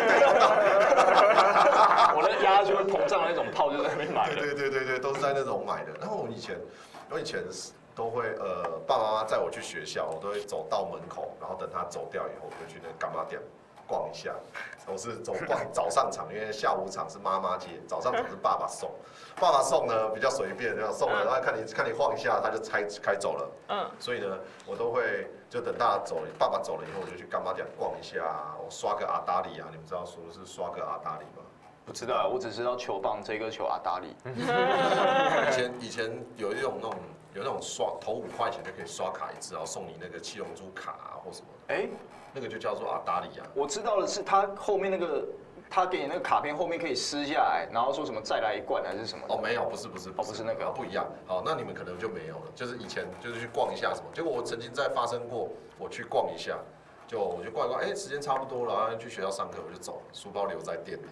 Speaker 4: 我那压就会膨胀的那种炮就在那边买。
Speaker 1: 对，都是在那种买的。然后我以前都会爸爸妈妈载我去学校，我都会走到门口，然后等他走掉以后，我就去那个干妈店逛一下。我是逛早上场，因为下午场是妈妈接，早上场是爸爸送。爸爸送呢比较随便，这样送了，然后看你晃一下，他就开走了。所以呢，我都会就等大家走了，爸爸走了以后，我就去干妈店逛一下，我刷个阿达里啊，你们知道说是刷个阿达里吗？
Speaker 4: 不知道，我只知道球棒这个球阿达里。
Speaker 1: 以前有那种刷投5块钱就可以刷卡一次，然后送你那个七龙珠卡啊或什么的。那个就叫做阿达里啊。
Speaker 4: 我知道的是他后面那个。他给你那个卡片后面可以撕下来，然后说什么再来1罐还是什么？
Speaker 1: 没有，不是那个，不一样。好，那你们可能就没有了。就是以前就是去逛一下什么，结果我曾经在发生过，我去逛一下，我就逛一逛，时间差不多了，然后去学校上课我就走了，书包留在店里。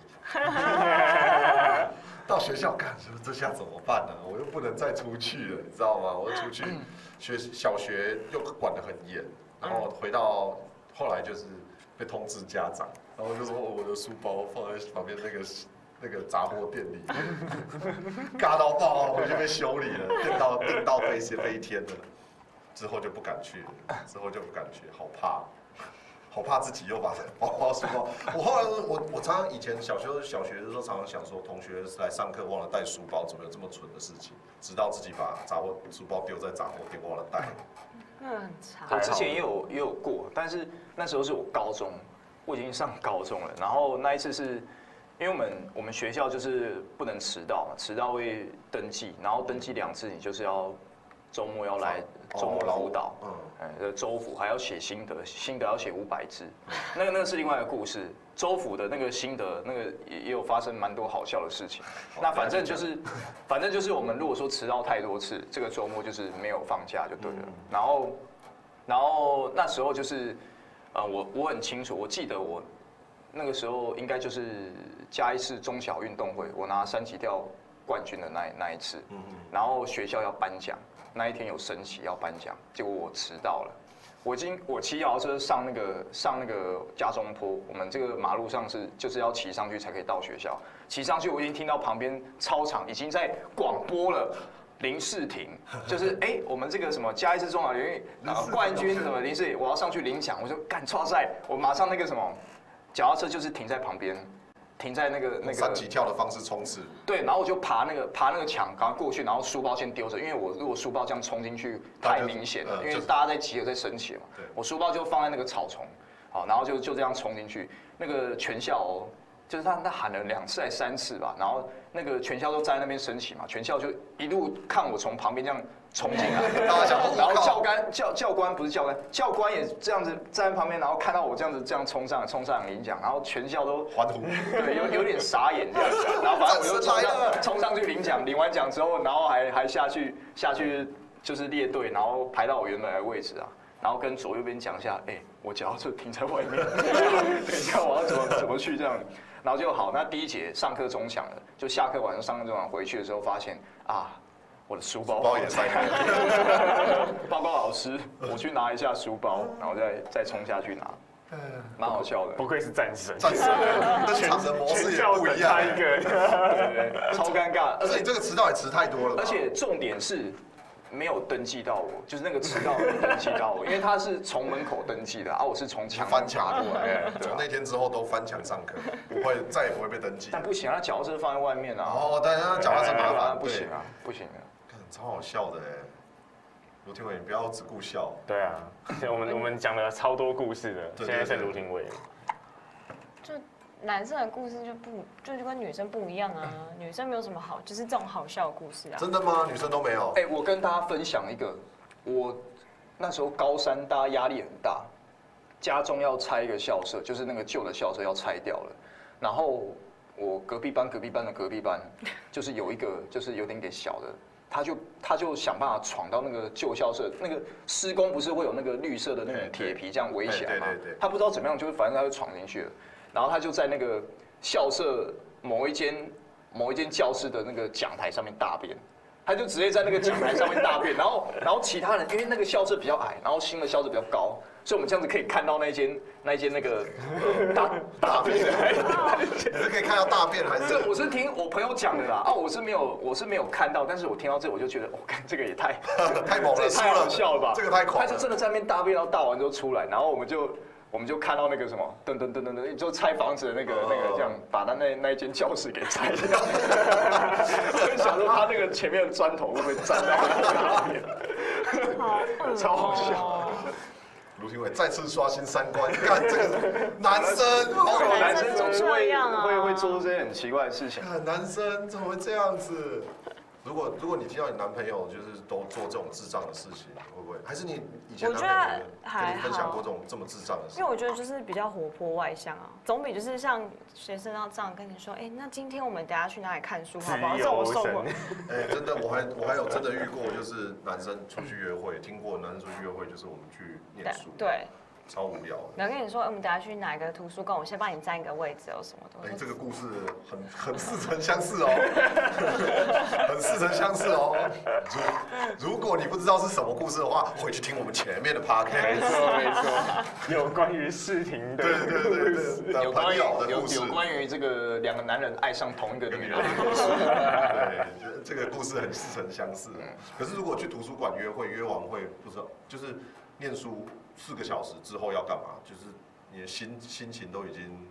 Speaker 1: 到学校干，这下怎么办呢？我又不能再出去了，你知道吗？我出去小学又管得很严，然后回到后来就是被通知家长。然后就说我的书包放在旁边那个杂货店里，尬到爆，回去被修理了，电到飞天了。之后就不敢去了，好怕自己又把书包。我后来我常常以前小学的时候常常想说，同学来上课忘了带书包，怎么有这么蠢的事情？直到自己把书包丢在杂货店忘了带。
Speaker 2: 那很差。
Speaker 4: 我之前也有过，但是那时候是我高中。我已经上高中了，然后那一次是，因为我们学校就是不能迟到嘛，迟到会登记，然后登记2次，你就是要周末要来周末辅导，周辅还要写心得要写500字，那个是另外一个故事，周辅的那个心得那个也有发生蛮多好笑的事情，那反正就是我们如果说迟到太多次，这个周末就是没有放假就对了，然后那时候就是。我很清楚，我记得我那个时候应该就是嘉义市中小运动会，我拿3级跳冠军的那一次，然后学校要颁奖，那一天有升旗要颁奖，结果我迟到了。我骑脚踏车上那个嘉中坡，我们这个马路上就是要骑上去才可以到学校，骑上去我已经听到旁边操场已经在广播了。林世廷就是我们这个什么嘉义市中小联冠军什么林世廷，我要上去领奖，我就干唰赛，我马上那个什么脚踏车就是停在旁边，停在那个
Speaker 1: 3级跳的方式冲刺。
Speaker 4: 对，然后我就爬那个墙，赶快过去，然后书包先丢着，因为我如果书包这样冲进去太明显了，因为大家在集合在升旗嘛，我书包就放在那个草丛，好，然后就这样冲进去，那个全校就是他喊了2次还3次吧，然后那个全校都站在那边升旗嘛，全校就一路看我从旁边这样冲进来，然后教官不是教官，教官也这样子站在旁边，然后看到我这样子这样冲上领奖，然后全校都
Speaker 1: 欢呼，
Speaker 4: 对，有点傻眼这样子，然后反正我就冲上去领奖，领完奖之后，然后还下去就是列队，然后排到我原来的位置啊。然后跟左右边讲一下，我脚踏车停在外面，等一下我要怎么去这样，然后就好。那第一节上课钟响了，就下课晚上上课钟响回去的时候，发现啊，我的书包
Speaker 1: 也塞开了。
Speaker 4: 报告老师，我去拿一下书包，然后再冲下去拿，蛮好笑的。
Speaker 3: 不愧是战神，
Speaker 1: 跟场的模式也不一样，
Speaker 4: 对，超尴尬。
Speaker 1: 而且你这个迟到也迟太多了，
Speaker 4: 而且重点是。没有登记到我，就是那个迟到没有登记到我，因为他是从门口登记的啊，我是从墙
Speaker 1: 翻墙过来，从那天之后都翻墙上课，再也不会被登记。
Speaker 4: 但不行啊，脚踏车放在外面啊。
Speaker 1: 哦，对，那脚踏车麻烦，
Speaker 4: 不行啊，不行啊。
Speaker 1: 超好笑的卢廷伟，你不要只顾笑。
Speaker 3: 对啊，我们讲了超多故事的，现在剩卢廷伟。
Speaker 2: 就男生的故事就跟女生不一样啊，女生没有什么好，就是这种好笑的故事啊。
Speaker 1: 真的吗？女生都没有？
Speaker 4: 我跟大家分享一个，我那时候高3，大家压力很大，家中要拆一个校舍，就是那个旧的校舍要拆掉了，然后我隔壁班的隔壁班，就是有一个就是有点给小的。他就想办法闯到那个旧校舍，那个施工不是会有那个绿色的那种铁皮这样围起来吗？他不知道怎么样，就是反正他就闯进去了。然后他就在那个校舍某一间教室的那个讲台上面大便，他就直接在那个讲台上面大便。然后其他人因为那个校舍比较矮，然后新的校舍比较高，所以我们这样子可以看到那间那个大便的。
Speaker 1: 你是可以看到大便还是？
Speaker 4: 这我是听我朋友讲的啦，我是没有看到，但是我听到这我就觉得，看这个也太
Speaker 1: 猛了，
Speaker 4: 这也太好笑了吧？
Speaker 1: 这个太狂了。
Speaker 4: 他就真的在那边大便，然后大完之后出来，然后我们就看到那个什么，噔，就拆房子的那个这样，把他那一间教室给拆掉。我就想说他那个前面的砖头会不会粘在那边？超好笑。
Speaker 1: 卢廷伟再次刷新3观，看这个男生，
Speaker 4: 男生总是会做这些很奇怪的事情。
Speaker 1: 男生怎么会这样子？如果你听到你男朋友就是都做这种智障的事情，会不会？还是你以前男朋友跟你分享过这么智障的事？
Speaker 2: 因为我觉得就是比较活泼外向啊，总比就是像学生要这样跟你说，那今天我们等下去哪里看书好不好？这种我受不了。
Speaker 1: 真的，我还有真的遇过，就是男生出去约会，听过男生出去约会就是我们去念书，
Speaker 2: 对。
Speaker 1: 超无聊的。
Speaker 2: 然后跟你说，我们等下去哪个图书馆，我先帮你占一个位置哦，什么的。
Speaker 1: 这个故事很似曾相识哦，很似曾相识哦。如果你不知道是什么故事的话，回去听我们前面的 podcast。
Speaker 3: 没错，有关于世廷的故事，
Speaker 4: 有关于这个2个男人爱上同一个女人的故事。
Speaker 1: 对，这个故事很似曾相识。可是如果去图书馆约会，约完会不知道，就是念书4个小时之后要干嘛？就是你的心情都已经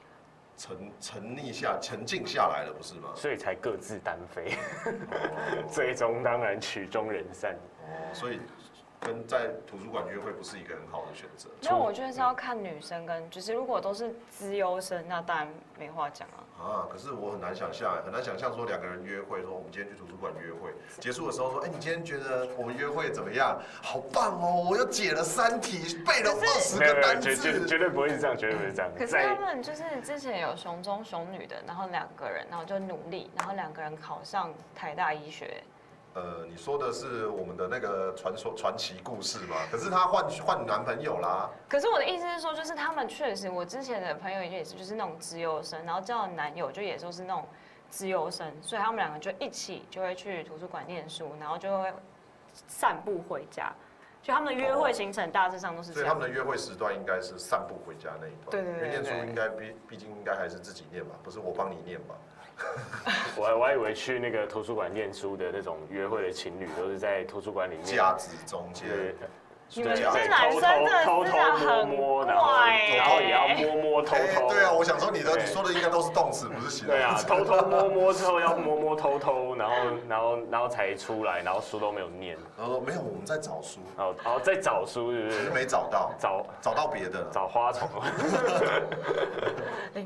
Speaker 1: 沉静下来了，不是吗？
Speaker 3: 所以才各自单飞，最终当然曲终人散。
Speaker 1: 所以跟在图书馆约会不是一个很好的选择。
Speaker 2: 因为我觉得是要看女生跟，就是如果都是资优生，那当然没话讲啊。
Speaker 1: 可是我很难想象说2个人约会，说我们今天去图书馆约会，结束的时候说，你今天觉得我们约会怎么样？好棒哦！我又解了3题，背了20个单词。
Speaker 3: 绝对不会是这样，绝对不是这样。
Speaker 2: 可是他们就是之前有熊中熊女的，然后2个人，然后就努力，然后2个人考上台大医学。
Speaker 1: 你说的是我们的那个传奇故事嘛？可是他换男朋友啦。
Speaker 2: 可是我的意思是说，就是他们确实，我之前的朋友也是，就是那种资优生，然后交的男友就也都是那种资优生，所以他们2个就一起就会去图书馆念书，然后就会散步回家。就他们的约会行程大致上都是这样。
Speaker 1: 所以他们的约会时段应该是散步回家那一段。
Speaker 2: 对。
Speaker 1: 因为念书应该毕竟应该还是自己念吧，不是我帮你念吧？
Speaker 3: 我还以为去那个图书馆念书的那种约会的情侣都是在图书馆里面
Speaker 1: 架子中间。
Speaker 2: 你们就是男生真的
Speaker 3: 偷摸摸，然后也要摸偷。
Speaker 1: 对啊，我想说你说的应该都是动词，不是形容词。
Speaker 3: 对啊，偷摸之后要摸偷，然后才出来，然后书都没有念。
Speaker 1: 没有，我们在找书。
Speaker 3: 在找书是不是？
Speaker 1: 没找到，
Speaker 3: 找
Speaker 1: 到别的，
Speaker 3: 找花丛。
Speaker 2: 林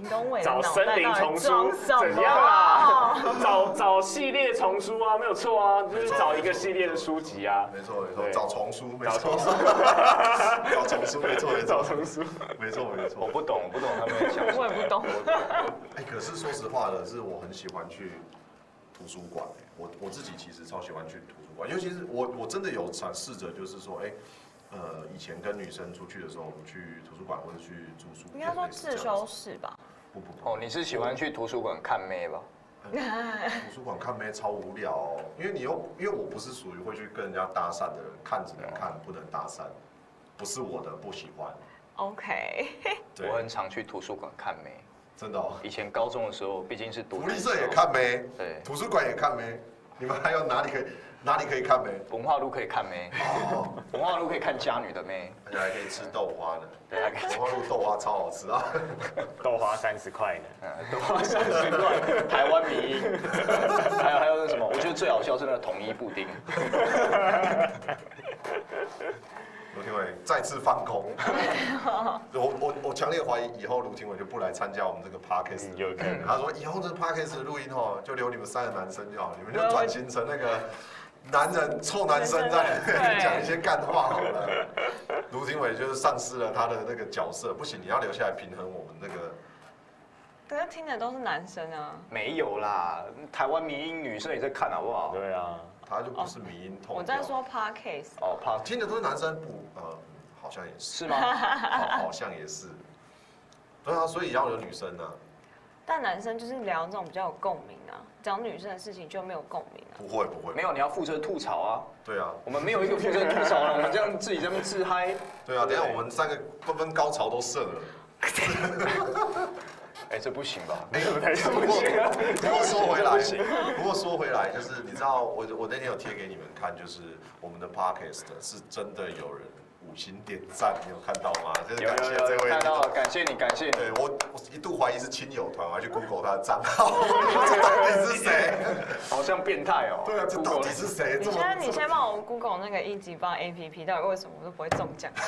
Speaker 2: 东伟的
Speaker 3: 找森
Speaker 2: 脑袋到底
Speaker 3: 林丛书
Speaker 2: 装什么
Speaker 3: 怎样啊？找系列丛书啊，没有错啊，就是找一个系列的书籍啊。
Speaker 1: 没错没错，
Speaker 3: 对
Speaker 1: 找丛书，没错，
Speaker 3: 找丛书
Speaker 1: 找丛书，没错没错，
Speaker 3: 找丛书。
Speaker 1: 没错没
Speaker 4: 我
Speaker 1: 错。
Speaker 4: 不懂他们在想什么。
Speaker 2: 我也不懂。
Speaker 1: 哎，可是说实话的是，我很喜欢去图书馆。我自己其实超喜欢去图书馆，尤其是我真的有尝试着，就是说，以前跟女生出去的时候，我们去图书馆或者去住宿，
Speaker 2: 应该说自修室吧。
Speaker 1: 不。
Speaker 4: 哦，你是喜欢去图书馆看妹吧？
Speaker 1: 图书馆看妹超无聊哦，因为我不是属于会去跟人家搭讪的人，看只能看不能搭讪，不是我的不喜欢。
Speaker 2: OK。
Speaker 1: 对
Speaker 4: 我很常去图书馆看妹。
Speaker 1: 真的哦。
Speaker 4: 以前高中的时候，毕竟是读
Speaker 1: 福利社也看妹，
Speaker 4: 对，
Speaker 1: 图书馆也看妹，你们还有哪里可以看妹？
Speaker 4: 文化路可以看妹，
Speaker 1: 哦，
Speaker 4: 文化路可以看家女的妹，
Speaker 1: 而且还可以吃豆花呢。
Speaker 4: 对，还可以
Speaker 1: 文化路豆花超好吃啊！
Speaker 3: 豆花30块呢。
Speaker 4: 多30块，台湾迷因，还有那什么，我觉得最好笑是那个统一布丁。
Speaker 1: 卢廷伟再次放空，我强烈怀疑以后卢廷伟就不来参加我们这个 podcast。
Speaker 3: 有可能。
Speaker 1: 他说以后这 podcast 的录音哦，就留你们3个男生就好，你们就转型成那个男人臭男生在讲一些干话好了。卢廷伟就是丧失了他的那个角色，不行，你要留下来平衡我们那个。
Speaker 2: 可是听的都是男生啊。
Speaker 4: 没有啦，台湾迷因女生也在看好不好？
Speaker 3: 对啊。
Speaker 1: 他就不是迷因痛。
Speaker 2: 我在说 podcast。
Speaker 4: 哦，怕
Speaker 1: 听的都是男生好像也是。
Speaker 4: 是吗？
Speaker 1: 好像也是。对啊，所以要有女生啊。
Speaker 2: 但男生就是聊这种比较有共鸣啊，讲女生的事情就没有共鸣啊。
Speaker 1: 不会，
Speaker 4: 没有，你要负责吐槽啊。
Speaker 1: 对啊。
Speaker 4: 我们没有一个负责吐槽了，我们这样自己在那边自嗨。
Speaker 1: 对啊，等一下我们3个纷纷高潮都射了。
Speaker 4: 哎，这不行吧？
Speaker 3: 不太行。
Speaker 1: 不过说回来，就是你知道我那天有贴给你们看，就是我们的 podcast 是真的有人5星点赞，你有看到吗？就是感谢这位，
Speaker 4: 看到了，感谢你。
Speaker 1: 对我一度怀疑是亲友团，我还去 Google 他的账号，这到底是谁？
Speaker 4: 好像变态哦。
Speaker 1: 对啊，这到底是谁？
Speaker 2: 你先帮我 Google 那个1级棒 APP， 到底为什么我都不会中奖？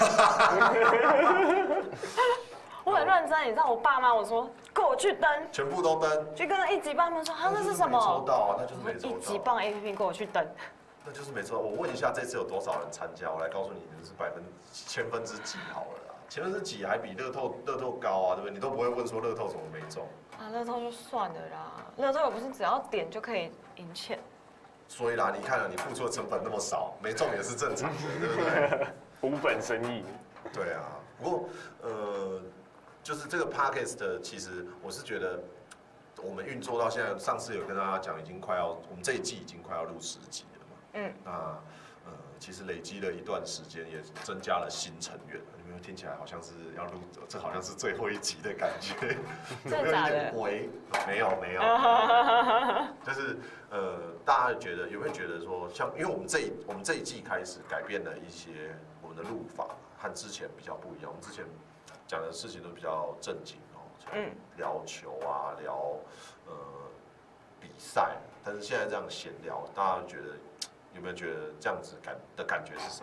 Speaker 2: 我很认真，你知道我爸妈我说跟我去登，
Speaker 1: 全部都登，
Speaker 2: 去跟1级棒他们说那是什么？
Speaker 1: 没抽到啊，那就是没抽到。
Speaker 2: 1级棒 APP 跟我去登。
Speaker 1: 那就是没错。我问一下，这次有多少人参加？我来告诉你，是千分之几好了啦。千分之几还比乐透高啊，对不对？你都不会问说乐透怎么没中
Speaker 2: 啊？乐透就算了啦，乐透又不是只要点就可以赢钱。
Speaker 1: 所以啦，你看了，你付出的成本那么少，没中也是正常的，对不对？
Speaker 3: 无本生意。
Speaker 1: 对啊，不过就是这个 podcast 其实我是觉得。我们运作到现在，上次有跟大家讲，我们这一季已经快要录10集了嘛。那其实累积了一段时间，也增加了新成员。你们听起来好像是要录，这好像是最后一集的感觉，有没有一点微？没有，就是大家有没有觉得说，像因为我们这一季开始改变了一些我们的录法，和之前比较不一样。我们之前讲的事情都比较正经。聊球啊，聊比赛，但是现在这样闲聊，大家觉得有没有觉得这样子感觉是什么？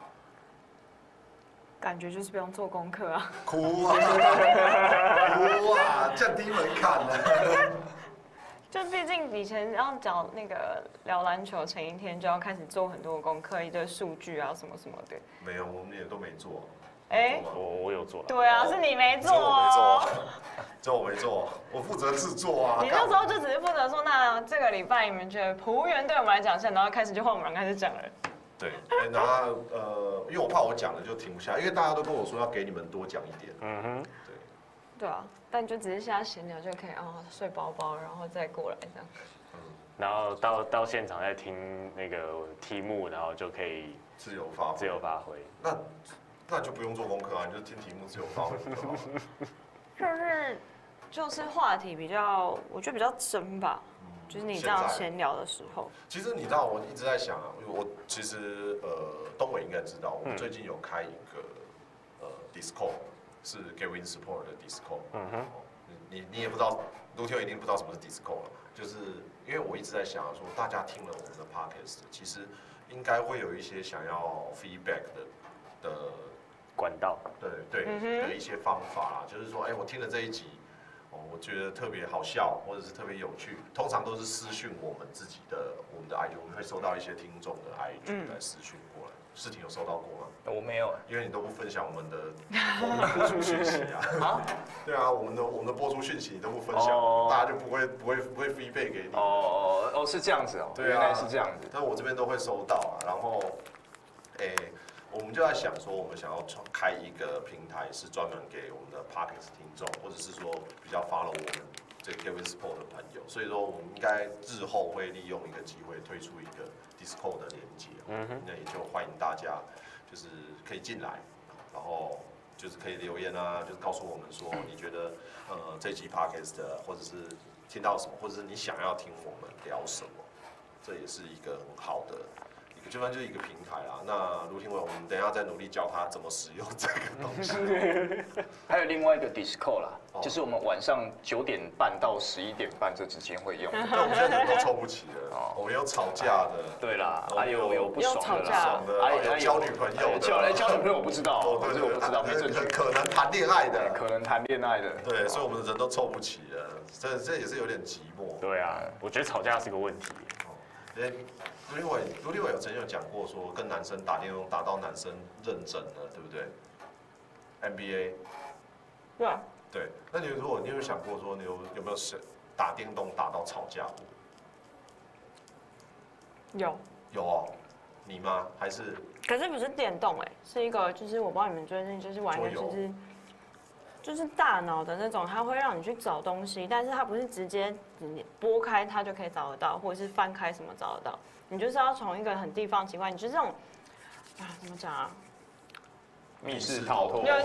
Speaker 2: 感觉就是不用做功课啊，
Speaker 1: 哭啊，降低门槛了。
Speaker 2: 就毕竟以前要讲那个聊篮球，前一天就要开始做很多功课，一堆数据啊什么什么的。
Speaker 1: 没有，我们也都没做。
Speaker 3: 我有做。
Speaker 2: 对啊，是你没做哦。
Speaker 1: 这我没做，我负责制作啊。
Speaker 2: 你那时候就只是负责说，那这个礼拜你们觉得服务员对我们来讲，现在然后开始就换我们开始讲了。
Speaker 1: 对，然后因为我怕我讲了就停不下，因为大家都跟我说要给你们多讲一点。对。
Speaker 2: 对啊，但就只是现在闲聊就可以睡饱饱，然后再过来这样。
Speaker 3: 然后到现场再听那个题目，然后就可以
Speaker 1: 自由发挥。那就不用做功课啊，你就听题目自由发挥就好了。
Speaker 2: 就是话题比较，我觉得比较真吧。就是你这样闲聊的时候。
Speaker 1: 其实你知道，我一直在想啊，我其实东伟应该知道，我们最近有开一个Discord， 是 Gavin Support 的 Discord。你也不知道，卢天一定不知道什么是 Discord 了。就是因为我一直在想说，大家听了我们的 Podcast， 其实应该会有一些想要 feedback 的
Speaker 3: 管道，
Speaker 1: 对的一些方法，就是说，我听了这一集， 我觉得特别好笑或者是特别有趣，通常都是私讯我们的 IG， 我们会收到一些听众的 IG 来私讯过来。世廷有收到过吗？
Speaker 4: 我没有，
Speaker 1: 因为你都不分享我们的播出讯息啊。对啊，我们的播出讯息你都不分享，大家就不会 feedback 给你。
Speaker 4: 是这样子哦。
Speaker 1: 对啊，
Speaker 4: 原来是这样子。
Speaker 1: 但我这边都会收到啊，然后，我们就在想说，我们想要开一个平台，是专门给我们的 Podcast 听众，或者是说比较 follow 我们这个 Gavin Sport 的朋友，所以说我们应该日后会利用一个机会推出一个 Discord 的连接，那也就欢迎大家就是可以进来，然后就是可以留言啊，就是告诉我们说你觉得这集 Podcast 或者是听到什么，或者是你想要听我们聊什么，这也是一个很好的。基本上就是一个平台啦。那卢廷伟，我们等一下再努力教他怎么使用这个东西。
Speaker 4: 还有另外一个 Discord 啦，就是我们晚上9点半到11点半这之间会用。
Speaker 1: 但我们现在人都凑不齐了，我们有吵架的，
Speaker 4: 对啦，还有不爽的
Speaker 1: 啦，有交女朋友的，
Speaker 4: 交女朋友我不知道，这个我不知道，没证据。
Speaker 1: 可能谈恋爱的，
Speaker 4: 可能谈恋爱的，
Speaker 1: 对，所以我们的人都凑不齐了，这也是有点寂寞。
Speaker 3: 对啊，我觉得吵架是个问题。
Speaker 1: 卢立伟有曾经有讲过说，跟男生打电动打到男生认真了，对不对 ？NBA，
Speaker 2: 对啊，
Speaker 1: 对。那你有想过说，你有没有打电动打到吵架过？有哦，你吗？还是？
Speaker 2: 可是不是电动是一个就是我不知道你们最近就是玩一个就是大脑的那种，它会让你去找东西，但是它不是直接你拨开它就可以找得到，或者是翻开什么找得到，你就是要从一个很地方奇怪，你就是这种怎么讲啊？
Speaker 4: 密室逃脱。
Speaker 2: 对，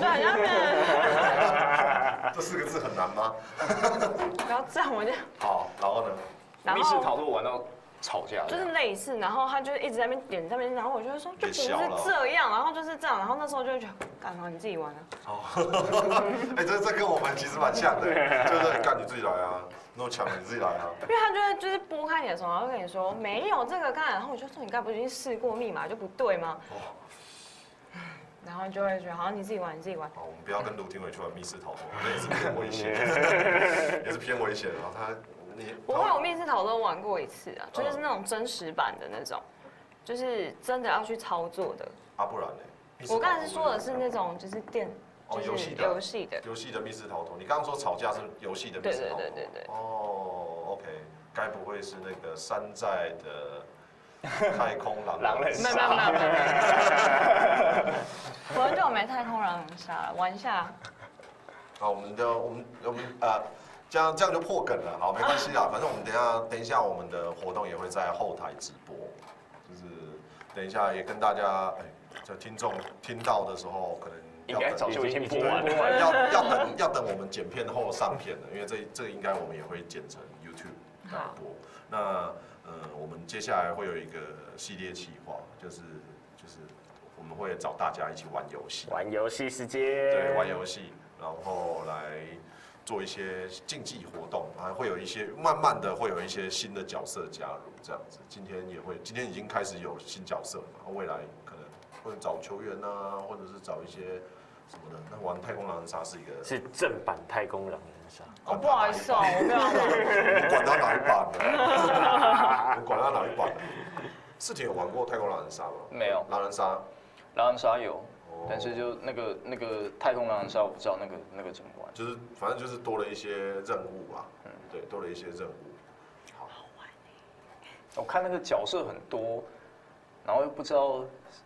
Speaker 1: 这4个字很难吗？
Speaker 2: 不要这样，我就
Speaker 1: 好，然后呢？
Speaker 4: 密室逃脱玩到吵架，
Speaker 2: 就是类似，然后他就一直在那边点那边，然后我就会说就不是这样，然后就是这样，然后那时候就会觉得，干嘛你自己玩啊？
Speaker 1: 这跟我们其实蛮像的，就是干你自己来啊，那么强你自己来啊。
Speaker 2: 因为他就会就是拨开你的手，然后跟你说没有这个看，然后我就说你刚才不是已经试过密码就不对吗？然后就会觉得好，你自己玩，你自己玩。
Speaker 1: 好，我们不要跟卢廷伟去玩密室逃脱，那也是偏危险，也是偏危险。然后
Speaker 2: 我密室逃脱玩过一次啊，就是那种真实版的那种，就是真的要去操作的。
Speaker 1: 不然呢？
Speaker 2: 我刚才是说的是那种就是
Speaker 1: 游戏的密室逃脱。你刚刚说吵架是游戏的密室逃脱。对。OK， 该不会是那个山寨的太空狼人杀？
Speaker 2: 没有。我很久没太空狼人杀了，玩一下。
Speaker 1: 好，我们这样就破梗了，好，没关系啦，反正我们等一下我们的活动也会在后台直播，就是等一下也跟大家，这听众听到的时候可能
Speaker 4: 应该早就已经播完
Speaker 1: 了，要等我们剪片后上片了，因为这个应该我们也会剪成 YouTube 来播。那我们接下来会有一个系列企划，就是我们会找大家一起玩游戏，
Speaker 3: 玩游戏时间，
Speaker 1: 对，玩游戏，然后来做一些竞技活动，还会有一些慢慢的会有一些新的角色加入，这样子。今天已经开始有新角色了嘛，未来可能会找球员啊，或者是找一些什么的。那玩太空狼人杀是一个
Speaker 3: 是正版太空狼人杀。
Speaker 2: 不好意思我没有
Speaker 1: 我管他哪一版的，我管他哪一版的。世廷有玩过太空狼人杀吗？
Speaker 4: 没有。
Speaker 1: 狼人杀
Speaker 4: 有。但是就那个太空狼人杀，我不知道那个怎么玩。
Speaker 1: 就是反正就是多了一些任务吧，对，多了一些任务。好
Speaker 2: 玩
Speaker 4: 我看那个角色很多，然后又不知道。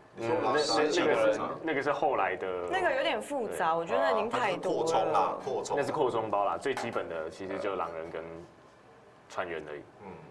Speaker 3: 那个是后来的。
Speaker 2: 那个有点复杂，我觉得那已经太多了。
Speaker 1: 扩充。
Speaker 3: 那是扩充包啦，最基本的其实就狼人跟船员而已。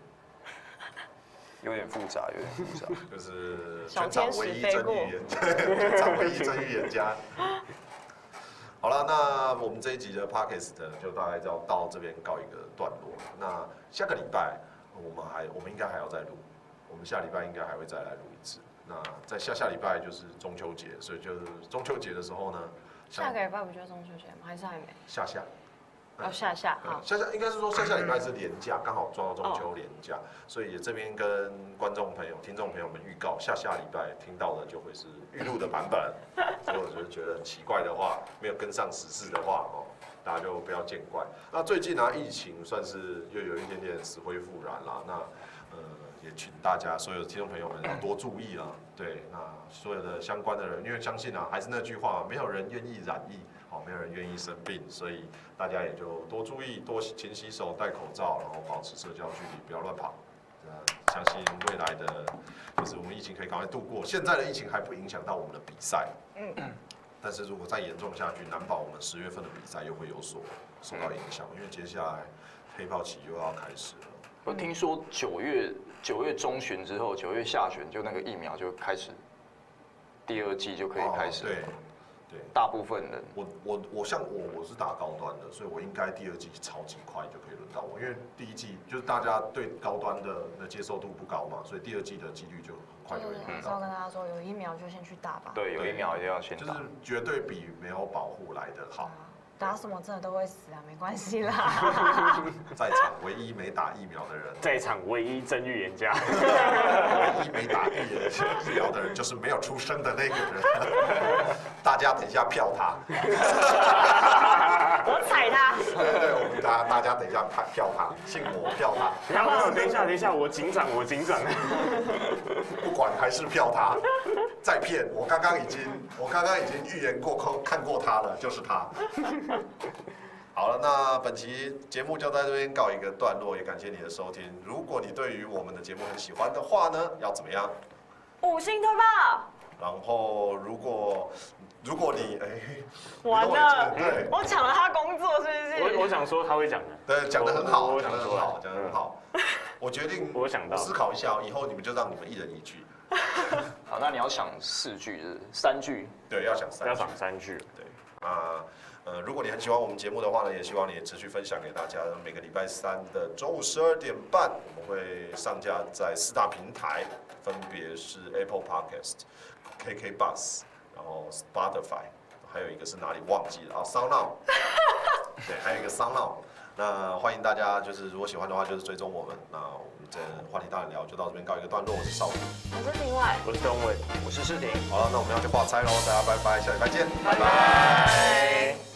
Speaker 4: 有点复杂。
Speaker 1: 就是全场唯一争议言家，全场唯一争议言家。好了，那我们这一集的 Podcast 就大概要到这边告一个段落。那下个礼拜我们应该还要再录，我们下礼拜应该还会再来录一次。那在下礼拜就是中秋节，所以就是中秋节的时候呢，
Speaker 2: 下个礼拜不就是中秋节吗？还是还没？
Speaker 1: 下。
Speaker 2: 下好。
Speaker 1: 下应该是说下礼拜是连假，刚好撞到中秋连假，所以这边跟观众朋友、听众朋友们预告，下礼拜听到的就会是预录的版本。所以我就觉得很奇怪的话，没有跟上时事的话大家就不要见怪。那最近呢，疫情算是又有一点点死灰复燃啦。那也请大家所有的听众朋友们要多注意啦。对，那所有的相关的人，因为相信啊，还是那句话，没有人愿意染疫，没有人愿意生病，所以大家也就多注意，多勤洗手、戴口罩，然后保持社交距离，不要乱跑。相信未来的，就是我们疫情可以赶快度过。现在的疫情还不影响到我们的比赛，但是如果再严重下去，难保我们10月份的比赛又会有所受到影响，因为接下来黑豹期又要开始了。
Speaker 4: 我听说9月中旬之后，9月下旬就那个疫苗就开始，第2剂就可以开始。对，大部分人，
Speaker 1: 我是打高端的，所以我应该第2剂超级快就可以轮到我，因为第1剂就是大家对高端的接受度不高嘛，所以第2剂的几率就很快就会轮到。
Speaker 2: 要跟大家说，有疫苗就先去打吧。
Speaker 4: 对，有疫苗一定要先打，
Speaker 1: 就是绝对比没有保护来的好。
Speaker 2: 打什么真的都会死啊，没关系啦。
Speaker 1: 在场唯一没打疫苗的人，
Speaker 3: 在场唯一真预言家，
Speaker 1: 唯一没打疫苗的人就是没有出生的那个人。大家等一下票他，
Speaker 2: 我踩他。
Speaker 1: 对，大家等一下票他，信我票他。
Speaker 3: 然后等一下，我警长。
Speaker 1: 不管还是票他，再骗我刚刚已经预言过看过他了，就是他。好了，那本期节目就在这边告一个段落，也感谢你的收听。如果你对于我们的节目很喜欢的话呢，要怎么样
Speaker 2: ？5星推爆。
Speaker 1: 然后如果你
Speaker 2: 完了，
Speaker 1: 对，
Speaker 2: 我抢了他工作是不是？
Speaker 3: 我想说他会讲的，
Speaker 1: 对，讲得很好，
Speaker 3: 讲得
Speaker 1: 很好。我决定，
Speaker 3: 我想到，
Speaker 1: 思考一下，以后你们就让你们一人1句。
Speaker 4: 好，那你要想4句，3句。
Speaker 1: 对，要想
Speaker 3: 3句。
Speaker 1: 对啊。如果你很喜欢我们节目的话呢，也希望你也持续分享给大家。每个礼拜3的中午12点半，我们会上架在4大平台，分别是 Apple Podcast、KK Bus， 然后 Spotify， 还有一个是哪里忘记了啊 ，SoundOn。对，还有一个 SoundOn。那欢迎大家，就是如果喜欢的话，就是追踪我们。那我们这话题大人聊就到这边告一个段落。我是少宇，
Speaker 2: 我是廷伟，
Speaker 3: 我是东伟，
Speaker 4: 我是世廷。
Speaker 1: 好了，那我们要去画猜喽，大家拜拜，下礼拜见，
Speaker 3: 拜拜。